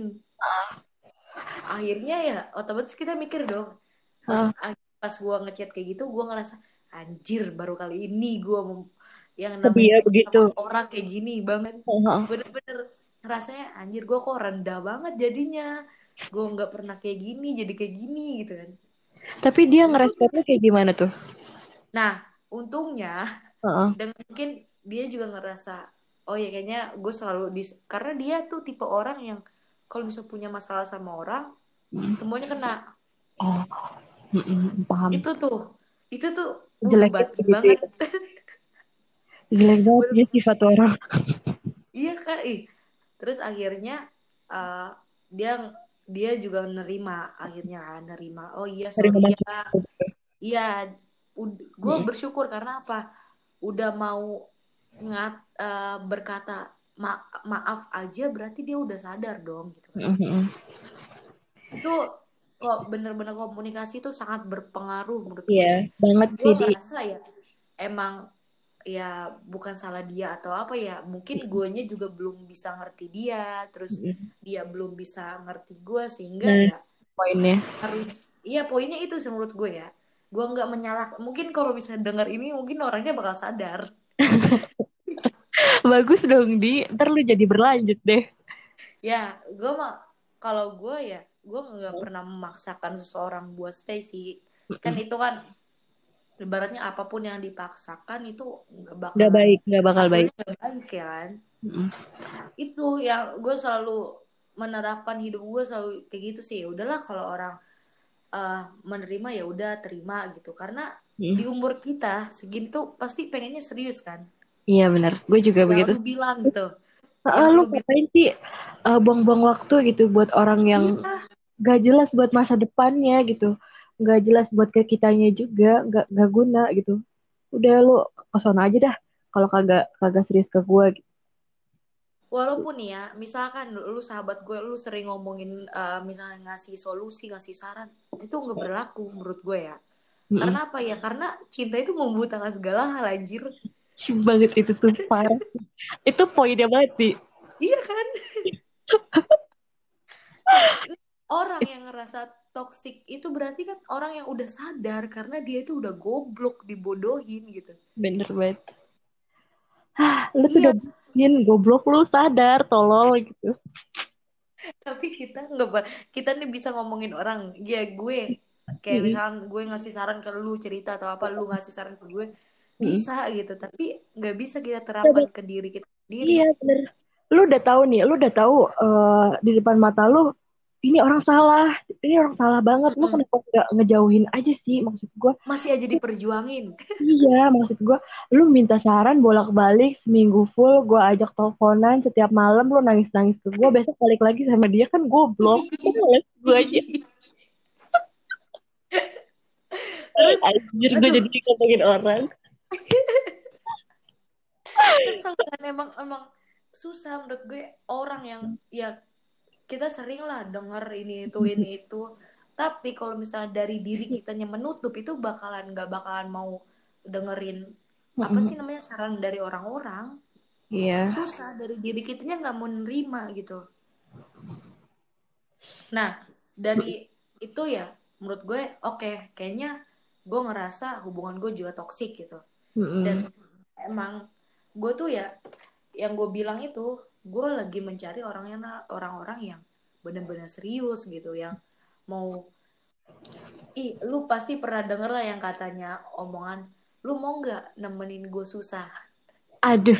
Akhirnya ya otomatis kita mikir dong, pas Heeh. pas gue ngechat kayak gitu gue ngerasa, anjir baru kali ini gue yang Ke namanya dia suka begitu. sama orang kayak gini banget. Heeh. Bener-bener rasanya anjir gue kok rendah banget jadinya, gue nggak pernah kayak gini jadi kayak gini gitu kan. Tapi dia Ya ngeresponnya udah. kayak gimana tuh? Nah, untungnya Heeh. dengan mungkin dia juga ngerasa, oh ya kayaknya gue selalu dis, karena dia tuh tipe orang yang kalau bisa punya masalah sama orang semuanya kena. Oh, mm-mm, paham. Itu tuh, itu tuh udah Jeleknya batin begitu banget. ya. Jelek banget ya Bener-bener. sifat orang. Iya kan, ih. Terus akhirnya uh, dia dia juga nerima, akhirnya kan nerima. Oh iya Sering sorry ya, membantu. iya. Gue Mm-mm. bersyukur karena apa? Udah mau ngat uh, berkata ma- maaf aja, berarti dia udah sadar dong gitu kan. Mm-mm. Itu kok bener-bener komunikasi itu sangat berpengaruh menurut Iya, gue ya. banget Gue sih di. ngerasa ya emang ya bukan salah dia atau apa ya, mungkin guanya juga belum bisa ngerti dia, terus Mm-mm. dia belum bisa ngerti gue, sehingga Nah, ya poinnya. harus, iya poinnya itu sih menurut gue ya. Gue nggak menyalah, mungkin kalau bisa dengar ini mungkin orangnya bakal sadar. Bagus dong, Di. Ntar lu jadi berlanjut deh. Ya gue mah, kalau gue ya gue nggak pernah memaksakan seseorang buat stay sih. Kan Mm-mm. itu kan ibaratnya apapun yang dipaksakan itu nggak Nggak bakalan, baik, nggak bakal baik. hasilnya nggak baik ya kan. Mm-mm. Itu yang gue selalu menerapkan, hidup gue selalu kayak gitu sih. Ya udahlah kalau orang uh, menerima ya udah terima gitu, karena di Mm-mm. umur kita segini tuh pasti pengennya serius kan, Iya benar, gue juga yang begitu. lu bilang gitu, Ah, yang lu lu bilang. ngapain sih eh, buang-buang waktu gitu buat orang yang Iya, gak jelas buat masa depannya gitu, gak jelas buat ke kitanya juga, gak gak guna gitu. Udah lu kesana aja dah kalau kagak kagak serius ke gue gitu. walaupun nih ya misalkan lu sahabat gue, lu sering ngomongin uh, misalnya ngasih solusi, ngasih saran, itu nggak berlaku menurut gue ya. Karena Mm-mm. apa ya, karena cinta itu membutakan segala hal anjir. Cim banget itu tuh parah. Itu poinnya banget sih. Iya kan. Orang yang ngerasa toksik itu berarti kan orang yang udah sadar karena dia itu udah goblok, dibodohin gitu. Bener banget. Lu tuh udah Iya, bikin goblok lu sadar tolol gitu. tapi kita nggak ber- kita nih bisa ngomongin orang. Ya gue kayak Mm-mm. misalnya gue ngasih saran ke lu, cerita atau apa, lu ngasih saran ke gue Mm-mm. bisa gitu, tapi nggak bisa kita terapkan Tapi ke diri kita sendiri. iya bener. Lu udah tahu nih, lu udah tahu eh, di depan mata lu ini orang salah, ini orang salah banget. Lu Mm-mm. kenapa nggak ngejauhin aja sih? Maksud gue, Masih aja diperjuangin. iya, maksud gue, lu minta saran bolak-balik seminggu full, gue ajak teleponan setiap malam, lu nangis-nangis ke gue, besok balik lagi sama dia kan goblok. Kan males gue aja. Terus Anjir, gue aduh, jadi ngomongin orang. kesel kan, emang emang susah menurut gue orang yang, ya kita sering lah denger ini itu ini itu, Tapi kalau misalnya dari diri kitanya menutup, itu bakalan nggak bakalan mau dengerin apa sih Mm-mm. namanya saran dari orang-orang. Iya. Susah, dari diri kitanya nggak mau nerima gitu. Nah, dari itu ya menurut gue oke, okay, kayaknya gue ngerasa hubungan gue juga toksik gitu. Dan Mm-mm. emang gue tuh ya, yang gue bilang itu, gue lagi mencari orangnya orang-orang yang benar-benar serius gitu, yang mau, ih lu pasti pernah denger lah yang katanya omongan, lu mau nggak nemenin gue susah. Aduh.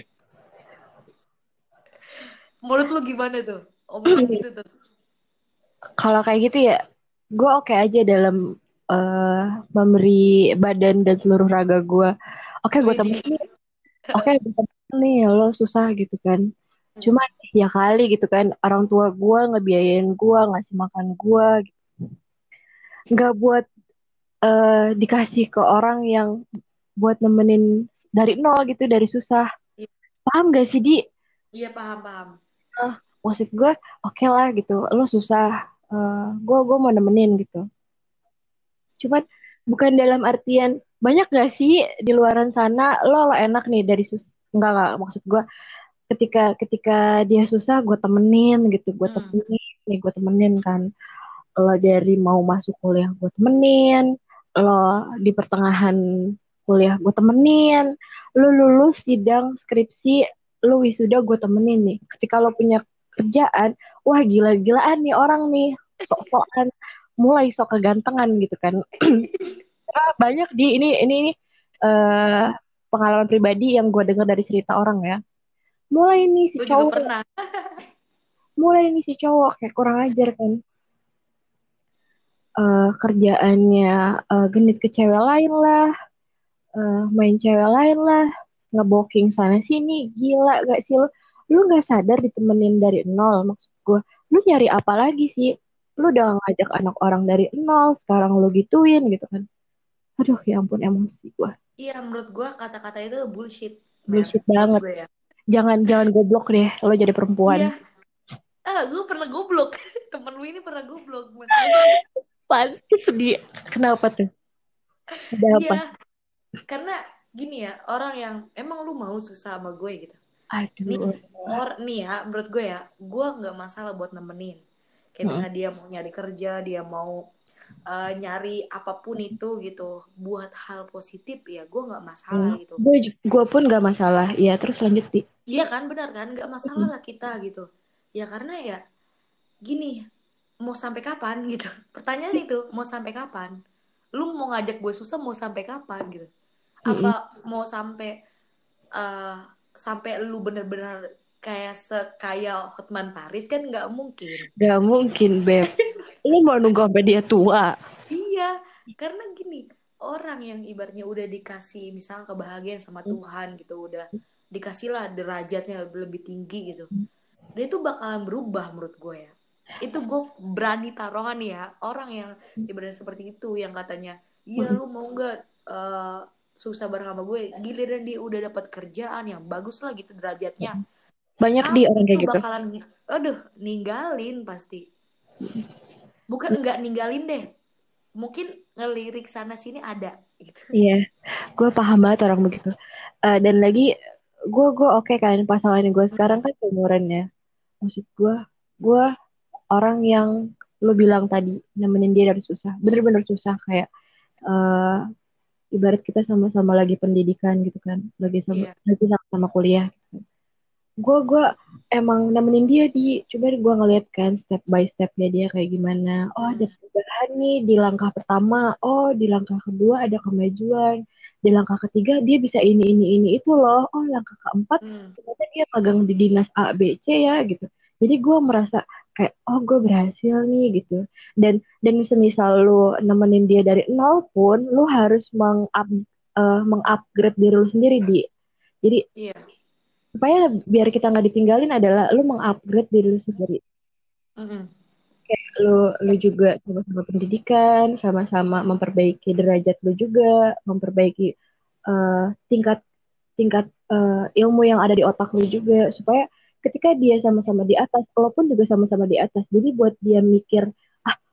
Menurut lu gimana tuh omongan gitu tuh? Kalau kayak gitu ya, gue oke aja dalam eh, memberi badan dan seluruh raga gue. Oke, gue Widih. temenin. Oke, gue temenin nih, lo susah gitu kan. Cuman ya kali gitu kan, orang tua gue ngebiayain gue, ngasih makan gue, nggak buat eh, dikasih ke orang yang buat nemenin dari nol gitu, dari susah. Iya, Paham gak sih, Di? iya, paham paham. Ah, maksud gue, oke lah gitu, lo susah, gue gue mau nemenin gitu. Cuman bukan dalam artian banyak gak sih di luaran sana lo lo enak nih dari sus enggak enggak maksud gue ketika ketika dia susah gue temenin gitu gue Hmm. temenin nih gue temenin kan lo dari mau masuk kuliah gue temenin lo di pertengahan kuliah gue temenin lo lulus sidang skripsi lo wisuda gue temenin nih ketika lo punya kerjaan wah gila-gilaan nih orang nih sok-sokan mulai sok kegantengan gitu kan. Banyak di ini ini ini eh, pengalaman pribadi yang gue dengar dari cerita orang ya. Mulai nih si Gue juga cowok, pernah. mulai nih si cowok kayak kurang ajar kan. Eh, kerjaannya eh, genit ke cewek lain lah, eh, main cewek lain lah, ngeboking sana sini, gila gak sih lu? Lu nggak sadar ditemenin dari nol maksud gue. Lu nyari apa lagi sih? Lu udah ngajak anak orang dari nol, sekarang lu gituin gitu kan. Aduh ya ampun emosi gue. Iya, menurut gue kata-kata itu bullshit, Mer. Bullshit Menurut banget. gue ya. Jangan jangan goblok deh lo jadi perempuan. Iya. Ah, gue pernah goblok. Temen lu ini pernah goblok, masalahnya. Pasti sedih. Kenapa tuh? Ada apa? Iya, karena gini ya, orang yang emang lu mau susah sama gue gitu. Nih, Aduh. or nih ya, menurut gue ya, gue nggak masalah buat nemenin. Kayak Mm-mm. misalnya dia mau nyari kerja, dia mau eh, nyari apapun itu gitu, buat hal positif ya, gue nggak masalah gitu. Gue gue pun gak masalah. Iya terus lanjut di. Iya kan, benar kan, nggak masalah Mm-mm. lah kita gitu. Ya karena ya gini, mau sampai kapan gitu. Pertanyaan itu, mau sampai kapan? Lu mau ngajak gue susah mau sampai kapan gitu? Apa Mm-mm. mau sampai eh, sampai lu bener-bener kayak sekaya Hotman Paris kan nggak mungkin. Gak mungkin Beb. Lu mau nunggu sampai dia tua. Iya, karena gini, orang yang ibaratnya udah dikasih misalnya kebahagiaan sama Tuhan gitu, udah dikasih lah derajatnya lebih tinggi gitu. Dia itu bakalan berubah menurut gue ya. Itu gue berani taruhan nih ya, orang yang ibaratnya seperti itu yang katanya, iya Mm-mm. lu mau nggak eh, susah bareng sama gue, giliran dia udah dapat kerjaan yang bagus lah gitu derajatnya, Banyak di tapi orang itu kayak gitu. bakalan, aduh, ninggalin pasti. Bukan nggak ninggalin deh, mungkin ngelirik sana sini ada gitu. Iya, gue paham banget orang begitu. Eh, dan lagi gue gue oke kan pasangan gue sekarang kan seumuran ya. Maksud gue, gue orang yang lu bilang tadi nemenin dia dari susah, bener-bener susah kayak eh, ibarat kita sama-sama lagi pendidikan gitu kan, lagi sama Iya. lagi sama-sama kuliah. Gue gue emang nemenin dia di coba gue ngeliat kan step by stepnya dia kayak gimana. Oh ada Mm-mm. perubahan nih di langkah pertama. Oh di langkah kedua ada kemajuan. Di langkah ketiga dia bisa ini ini ini itu loh. Oh langkah keempat Mm. ternyata dia magang di dinas A B C ya gitu. Jadi gue merasa kayak oh gue berhasil nih gitu. Dan dan semisal lu nemenin dia dari nol pun lu harus meng-up, eh, mengupgrade diri lu sendiri di. Jadi Iya. supaya biar kita nggak ditinggalin adalah lu mengupgrade diri lu sendiri. Mm-mm. Lu lu juga sama-sama pendidikan, sama-sama memperbaiki derajat lu juga, memperbaiki eh, tingkat tingkat eh, ilmu yang ada di otak lu juga supaya ketika dia sama-sama di atas, lo pun juga sama-sama di atas. Jadi buat dia mikir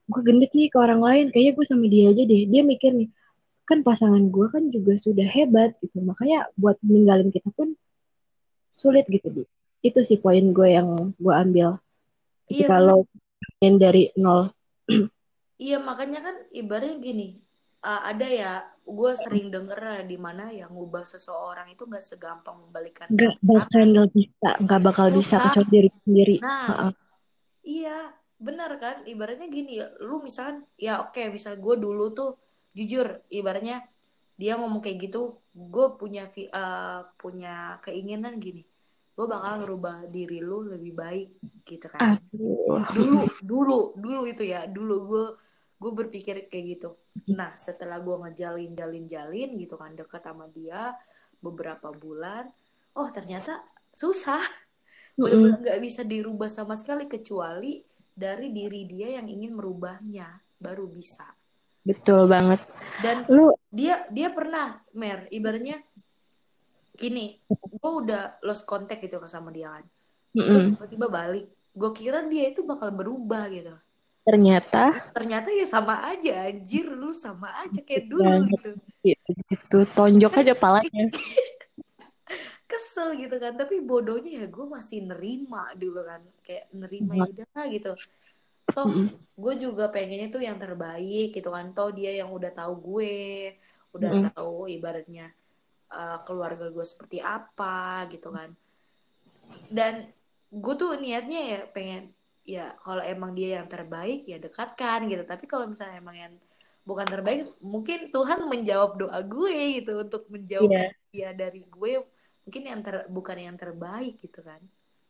gue genit nih ke orang lain, kayaknya gue sama dia aja deh. Dia mikir nih, kan pasangan gue kan juga sudah hebat gitu, makanya buat meninggalin kita pun sulit gitu di. Itu sih poin gue yang gue ambil Iya ketika bener. lo main dari nol. Iya makanya kan ibaratnya gini, uh, ada ya, gue sering denger lah di mana yang ngubah seseorang itu nggak segampang membalikan Nggak telapak bakal tangan. bisa, nggak bakal bisa Susah. kecuali diri sendiri. Nah, Heeh. iya, benar kan? Ibaratnya gini, lu misalkan, ya oke, bisa gue dulu tuh jujur, ibaratnya dia ngomong kayak gitu, gue punya vi- eh, punya keinginan gini, gue bakal ngerubah diri lu lebih baik gitu kan. Aduh. Dulu, dulu, dulu itu ya, dulu gue gue berpikir kayak gitu. Nah, setelah gue ngejalin, jalin, jalin gitu kan, deket sama dia beberapa bulan, oh ternyata susah, benar-benar Mm-mm. nggak bisa dirubah sama sekali kecuali dari diri dia yang ingin merubahnya baru bisa. Betul banget. Dan Lu, dia dia pernah mer ibaratnya gini, gue udah lost contact gitu sama dia kan, terus mm-mm. tiba-tiba balik, gue kira dia itu bakal berubah gitu. Ternyata Ih, ternyata ya sama aja, anjir lu sama aja kayak dulu banget gitu gitu, gitu. Tonjok kan. aja palanya. Kesel gitu kan, tapi bodohnya ya gue masih nerima dulu kan, kayak nerima ya udah gitu. Toh Mm-mm. gue juga pengennya tuh yang terbaik gitu kan, toh dia yang udah tahu gue, udah Mm-mm. tahu ibaratnya uh, keluarga gue seperti apa gitu kan. Dan gue tuh niatnya ya pengen, ya kalau emang dia yang terbaik ya dekatkan gitu, tapi kalau misalnya emang yang bukan terbaik, mungkin Tuhan menjawab doa gue gitu untuk menjauhkan Iya. dia dari gue, mungkin yang ter bukan yang terbaik gitu kan.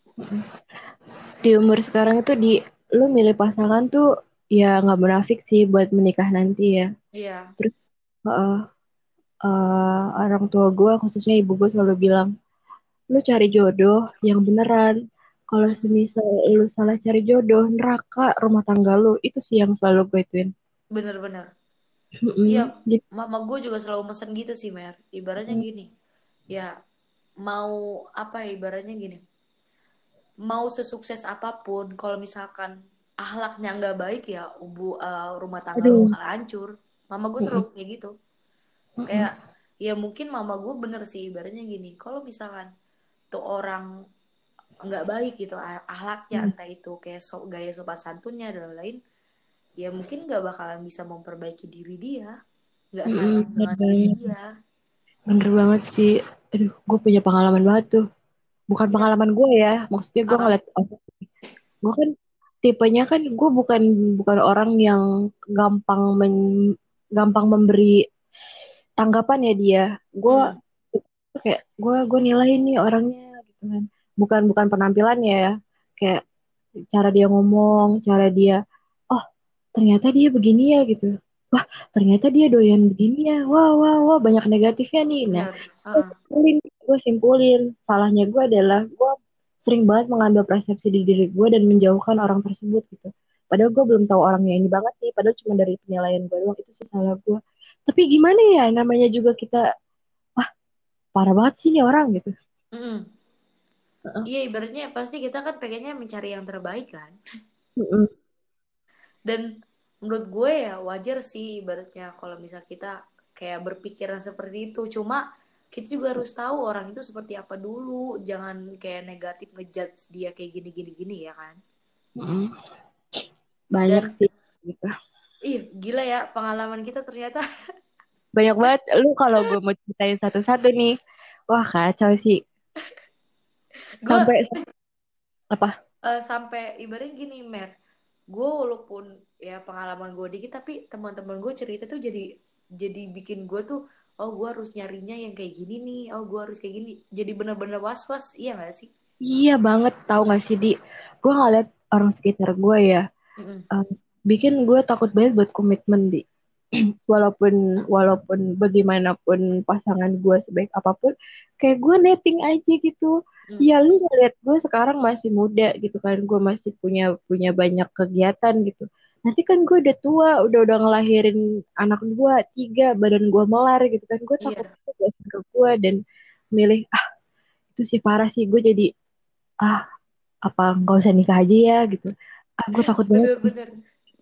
Di umur sekarang itu di lu milih pasangan tuh ya nggak munafik sih buat menikah nanti ya. Iya, Terus uh, uh, orang tua gue khususnya ibu gue selalu bilang, lu cari jodoh yang beneran. Kalau mm, semisal lu salah cari jodoh, neraka rumah tangga lu. Itu sih yang selalu gue ituin. bener-bener. Iya, Mm-mm. Jadi, mama gue juga selalu mesen gitu sih, Mer. Ibaratnya mm, gini, ya mau apa ya, ibaratnya gini, mau sesukses apapun, kalau misalkan ahlaknya nggak baik ya, ubu eh, rumah tangga lu aduh. bakal hancur. Mama gue selalu Mm-mm. kayak gitu. Mm-mm. Kayak ya mungkin mama gue bener sih, ibaratnya gini, kalau misalkan tuh orang nggak baik gitu ah- ahlaknya, Mm-mm. entah itu kayak so, gaya sopan santunnya dan lain-lain, ya mungkin nggak bakalan bisa memperbaiki diri dia, nggak Mm-mm. sayang Bener dengan diri banget. dia. Bener banget sih. Aduh, gue punya pengalaman banget tuh. Bukan Iya. pengalaman gue ya, maksudnya gue Ah, ngeliat, gue kan tipenya kan gue bukan bukan orang yang gampang men, gampang memberi tanggapan ya dia. Gue mm, kayak gue gue nilai nih orangnya gitu kan. Bukan bukan penampilannya ya. Kayak cara dia ngomong, cara dia, oh ternyata dia begini ya gitu. Wah, ternyata dia doyan begini ya. Wah, wah, wah, banyak negatifnya nih. Nah, bener. gue Ah, simpulin, gue simpulin. Salahnya gue adalah gue sering banget mengambil persepsi di diri gue dan menjauhkan orang tersebut gitu. Padahal gue belum tahu orangnya ini banget nih. Padahal cuma dari penilaian gue doang. Itu sih salah gue. Tapi gimana ya, namanya juga kita, wah parah banget sih nih orang gitu. mm. Heeh. Iya, ibaratnya pasti kita kan pengennya mencari yang terbaik kan. Mm-mm. Dan menurut gue ya wajar sih ibaratnya kalau misal kita kayak berpikiran seperti itu. Cuma kita juga harus tahu orang itu seperti apa dulu. Jangan kayak negatif ngejudge dia kayak gini-gini gini ya kan. Mm-mm. Banyak Dan sih gitu. ih gila ya pengalaman kita ternyata. Banyak banget. Lu kalau gue mau ceritain satu-satu nih, wah kacau sih. Gue Sampai apa? eh, sampai ibaratnya gini, Mer. Gue walaupun ya pengalaman gue dikit, tapi teman-teman gue cerita tuh jadi jadi bikin gue tuh, oh gue harus nyarinya yang kayak gini nih, oh gue harus kayak gini. Jadi bener-bener was-was, iya gak sih? Iya banget, tahu gak sih di? Gue ngeliat orang sekitar gue ya, Mm-mm. eh, bikin gue takut banget buat komitmen di. Walaupun walaupun bagaimanapun pasangan gue sebaik apapun, kayak gue netting aja gitu. Mm. Ya lu ngeliat gue sekarang masih muda gitu kan, gue masih punya punya banyak kegiatan gitu. Nanti kan gue udah tua, udah udah ngelahirin anak gue tiga, badan gue melar gitu kan, gue takut Iya, gak ke gue dan milih ah itu sih parah sih gue jadi ah apa nggak usah nikah aja ya gitu. Ah gue takut banget. bener-bener.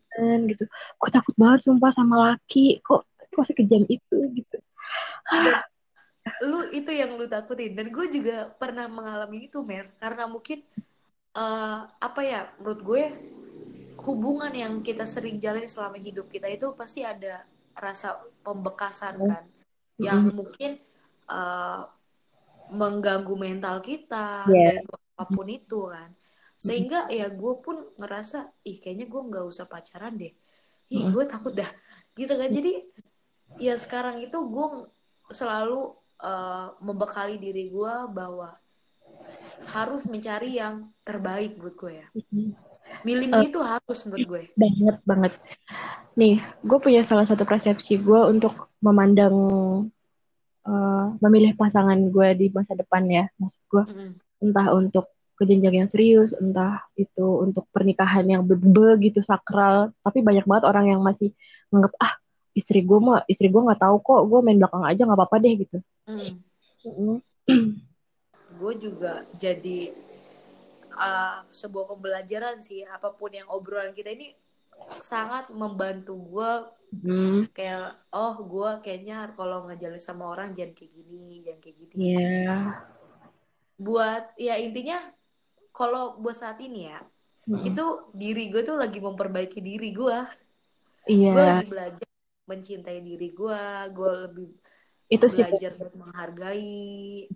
gitu. Gue takut banget sumpah sama laki, kok kok sekejam itu gitu. Dan lu itu yang lu takutin, dan gue juga pernah mengalami itu Mer, karena mungkin eh, apa ya, menurut gue hubungan yang kita sering jalani selama hidup kita itu pasti ada rasa pembekasan kan, yang Mm-mm. mungkin eh, mengganggu mental kita, Ya. entah itu apapun itu kan. Sehingga ya gue pun ngerasa, ih kayaknya gue nggak usah pacaran deh, ih Mm-mm. gue takut dah gitu kan. Jadi ya sekarang itu gue selalu eh, membekali diri gue bahwa harus mencari yang terbaik buat gue ya. Mm-mm. Eh, Milih-milih tuh harus menurut gue. banget banget. Nih, gue punya salah satu persepsi gue untuk memandang eh, memilih pasangan gue di masa depan ya. Maksud gue, Mm-mm. entah untuk ke jenjang yang serius, entah itu untuk pernikahan yang begitu sakral. Tapi banyak banget orang yang masih nganggap, ah istri gue mah, istri gue nggak tahu kok, gue main belakang aja nggak apa-apa deh gitu. Mm. Mm-mm. Gue juga jadi uh, sebuah pembelajaran sih, apapun yang obrolan kita ini sangat membantu gue, Hmm, kayak oh gue kayaknya kalau ngejalin sama orang jangan kayak gini, jangan kayak gini. ya, Buat ya intinya kalau buat saat ini ya, mm-mm. itu diri gue tuh lagi memperbaiki diri gue. Gue Iya, lagi belajar mencintai diri gue, gue lebih itu sih. belajar buat menghargai.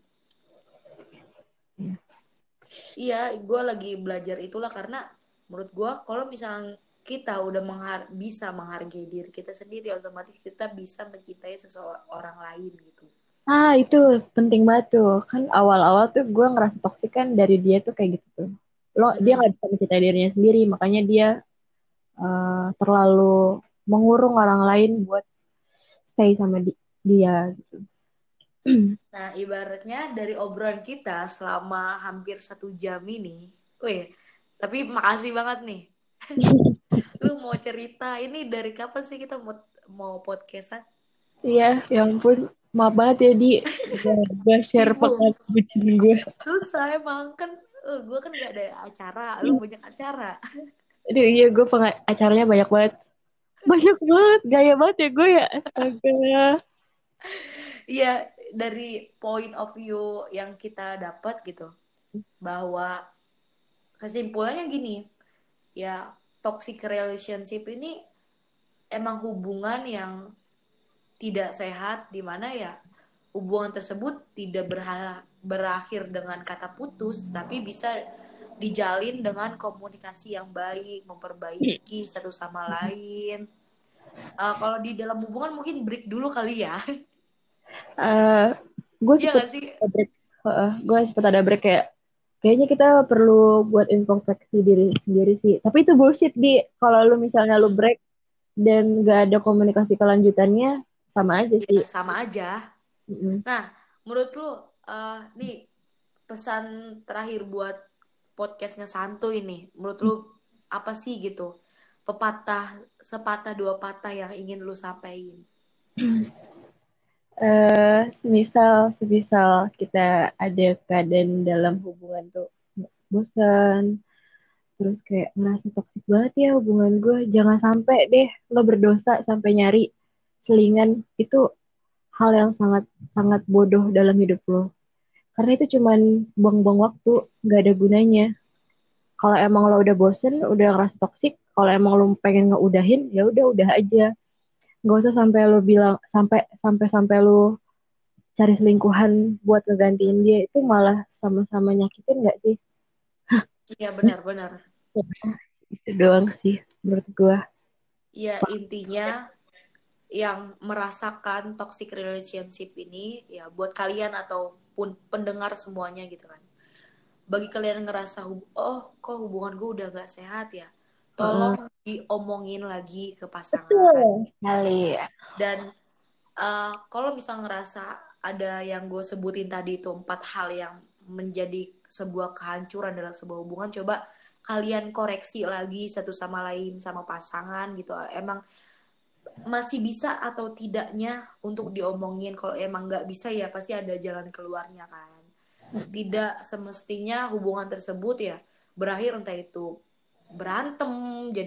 Iya, gue lagi belajar itulah, karena menurut gue kalau misalnya kita udah menghar bisa menghargai diri kita sendiri, otomatis kita bisa mencintai seseorang lain gitu. Ah, itu penting banget tuh. Kan awal-awal tuh gue ngerasa toksik kan dari dia tuh kayak gitu tuh. Lo, dia Mm-mm. nggak bisa mencintai dirinya sendiri, makanya dia eh, terlalu mengurung orang lain buat stay sama di- dia gitu. Nah, ibaratnya dari obrolan kita selama hampir satu jam ini, weh, tapi makasih banget nih. Lu mau cerita ini dari kapan sih kita mau mau podcastan? Iya, ya ampun. Maaf banget ya, Di. Gue, gue share Ibu, pengalaman bucin gue. susah emang kan, eh, gue kan gak ada acara, lu banyak acara. Aduh, iya gue peng- acaranya banyak banget. Banyak banget, gaya banget ya gue ya. Astaga. Iya, dari point of view yang kita dapat gitu, bahwa kesimpulannya gini, ya toxic relationship ini emang hubungan yang tidak sehat, di mana ya hubungan tersebut tidak berha- berakhir dengan kata putus, tapi bisa dijalin dengan komunikasi yang baik, memperbaiki satu sama lain. Uh, kalau di dalam hubungan mungkin break dulu kali ya. Eh, gue Iya sempet gak sih? ada break. Heeh, gue sempet ada break kayak kayaknya kita perlu buat introspeksi diri sendiri sih. Tapi itu bullshit di kalau lu misalnya lu Hmm. break dan gak ada komunikasi kelanjutannya sama aja Ya sih. sama aja. Mm-mm. Nah, menurut lu uh, nih pesan terakhir buat podcastnya Santo ini, menurut lu apa sih gitu? Pepatah, sepatah dua patah yang ingin lu sampaikan. Eh, semisal semisal kita ada keadaan dalam hubungan tuh bosan, terus kayak ngerasa toksik banget ya hubungan gue, jangan sampai deh lo berdosa sampai nyari selingan. Itu hal yang sangat sangat bodoh dalam hidup lo, karena itu cuman buang-buang waktu, nggak ada gunanya. Kalau emang lo udah bosen, udah ngerasa toksik, kalau emang lo pengen ngeudahin, ya udah udah aja. Nggak usah sampai lo bilang sampai sampai sampai lo cari selingkuhan buat ngegantiin dia, itu malah sama-sama nyakitin nggak sih? Iya benar-benar. Itu doang sih menurut gue. Ya intinya yang merasakan toxic relationship ini, ya buat kalian ataupun pendengar semuanya gitu kan. Bagi kalian yang ngerasa oh kok hubungan gue udah gak sehat ya, Heeh. tolong diomongin lagi ke pasangan. Betul sekali. Dan uh, kalau misal ngerasa ada yang gue sebutin tadi itu empat hal yang menjadi sebuah kehancuran dalam sebuah hubungan, coba kalian koreksi lagi satu sama lain sama pasangan gitu. Emang masih bisa atau tidaknya untuk diomongin. Kalau emang nggak bisa ya pasti ada jalan keluarnya kan. Tidak semestinya hubungan tersebut ya berakhir entah itu berantem, jadi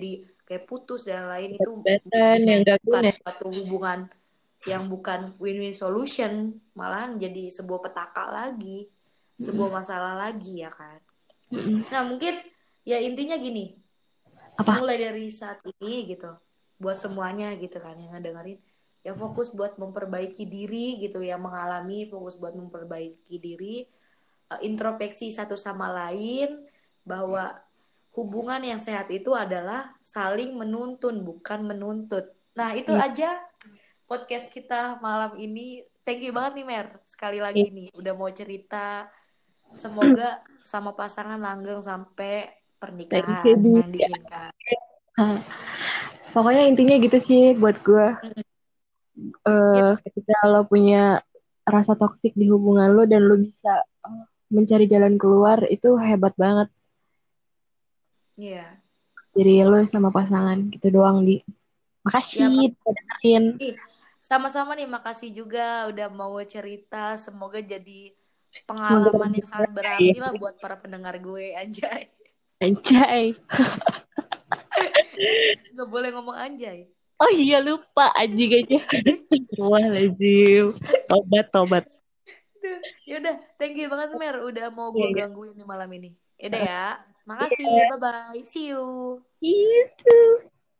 kayak putus dan lain itu Batan yang gak bukan guna. suatu hubungan yang bukan win-win solution, malahan jadi sebuah petaka lagi, sebuah masalah lagi ya kan. Mm-mm. Nah mungkin ya intinya gini, Apa? mulai dari saat ini gitu, buat semuanya gitu kan yang ngedengerin, ya fokus buat memperbaiki diri gitu, ya mengalami fokus buat memperbaiki diri, eh, introspeksi satu sama lain, bahwa hubungan yang sehat itu adalah saling menuntun bukan menuntut. Nah itu Iya. aja podcast kita malam ini. Thank you banget nih Mer, sekali Iya. lagi nih udah mau cerita. Semoga sama pasangan langgeng sampai Thank you, pernikahan Bi. yang diinginkan. Hah. Pokoknya intinya gitu sih buat gue. Yep. Eh, ketika lo punya rasa toksik di hubungan lo dan lo bisa eh, mencari jalan keluar, itu hebat banget. Iya. Jadi lo sama pasangan gitu doang, Di. Ya, Makasih mak- udah dengerin. ih, sama-sama nih, makasih juga udah mau cerita. Semoga jadi Semoga pengalaman lebih yang sangat baik. berarti lah buat para pendengar gue, anjay. Anjay. Nggak boleh ngomong anjay. Oh iya lupa anjing aja. Astagfirullahaladzim. Tobat, tobat. Duh, yaudah, thank you banget Mer, udah mau Iya, gue iya. gangguin nih malam ini. Yaudah ya, makasih, Iya. bye-bye, see you. Gitu.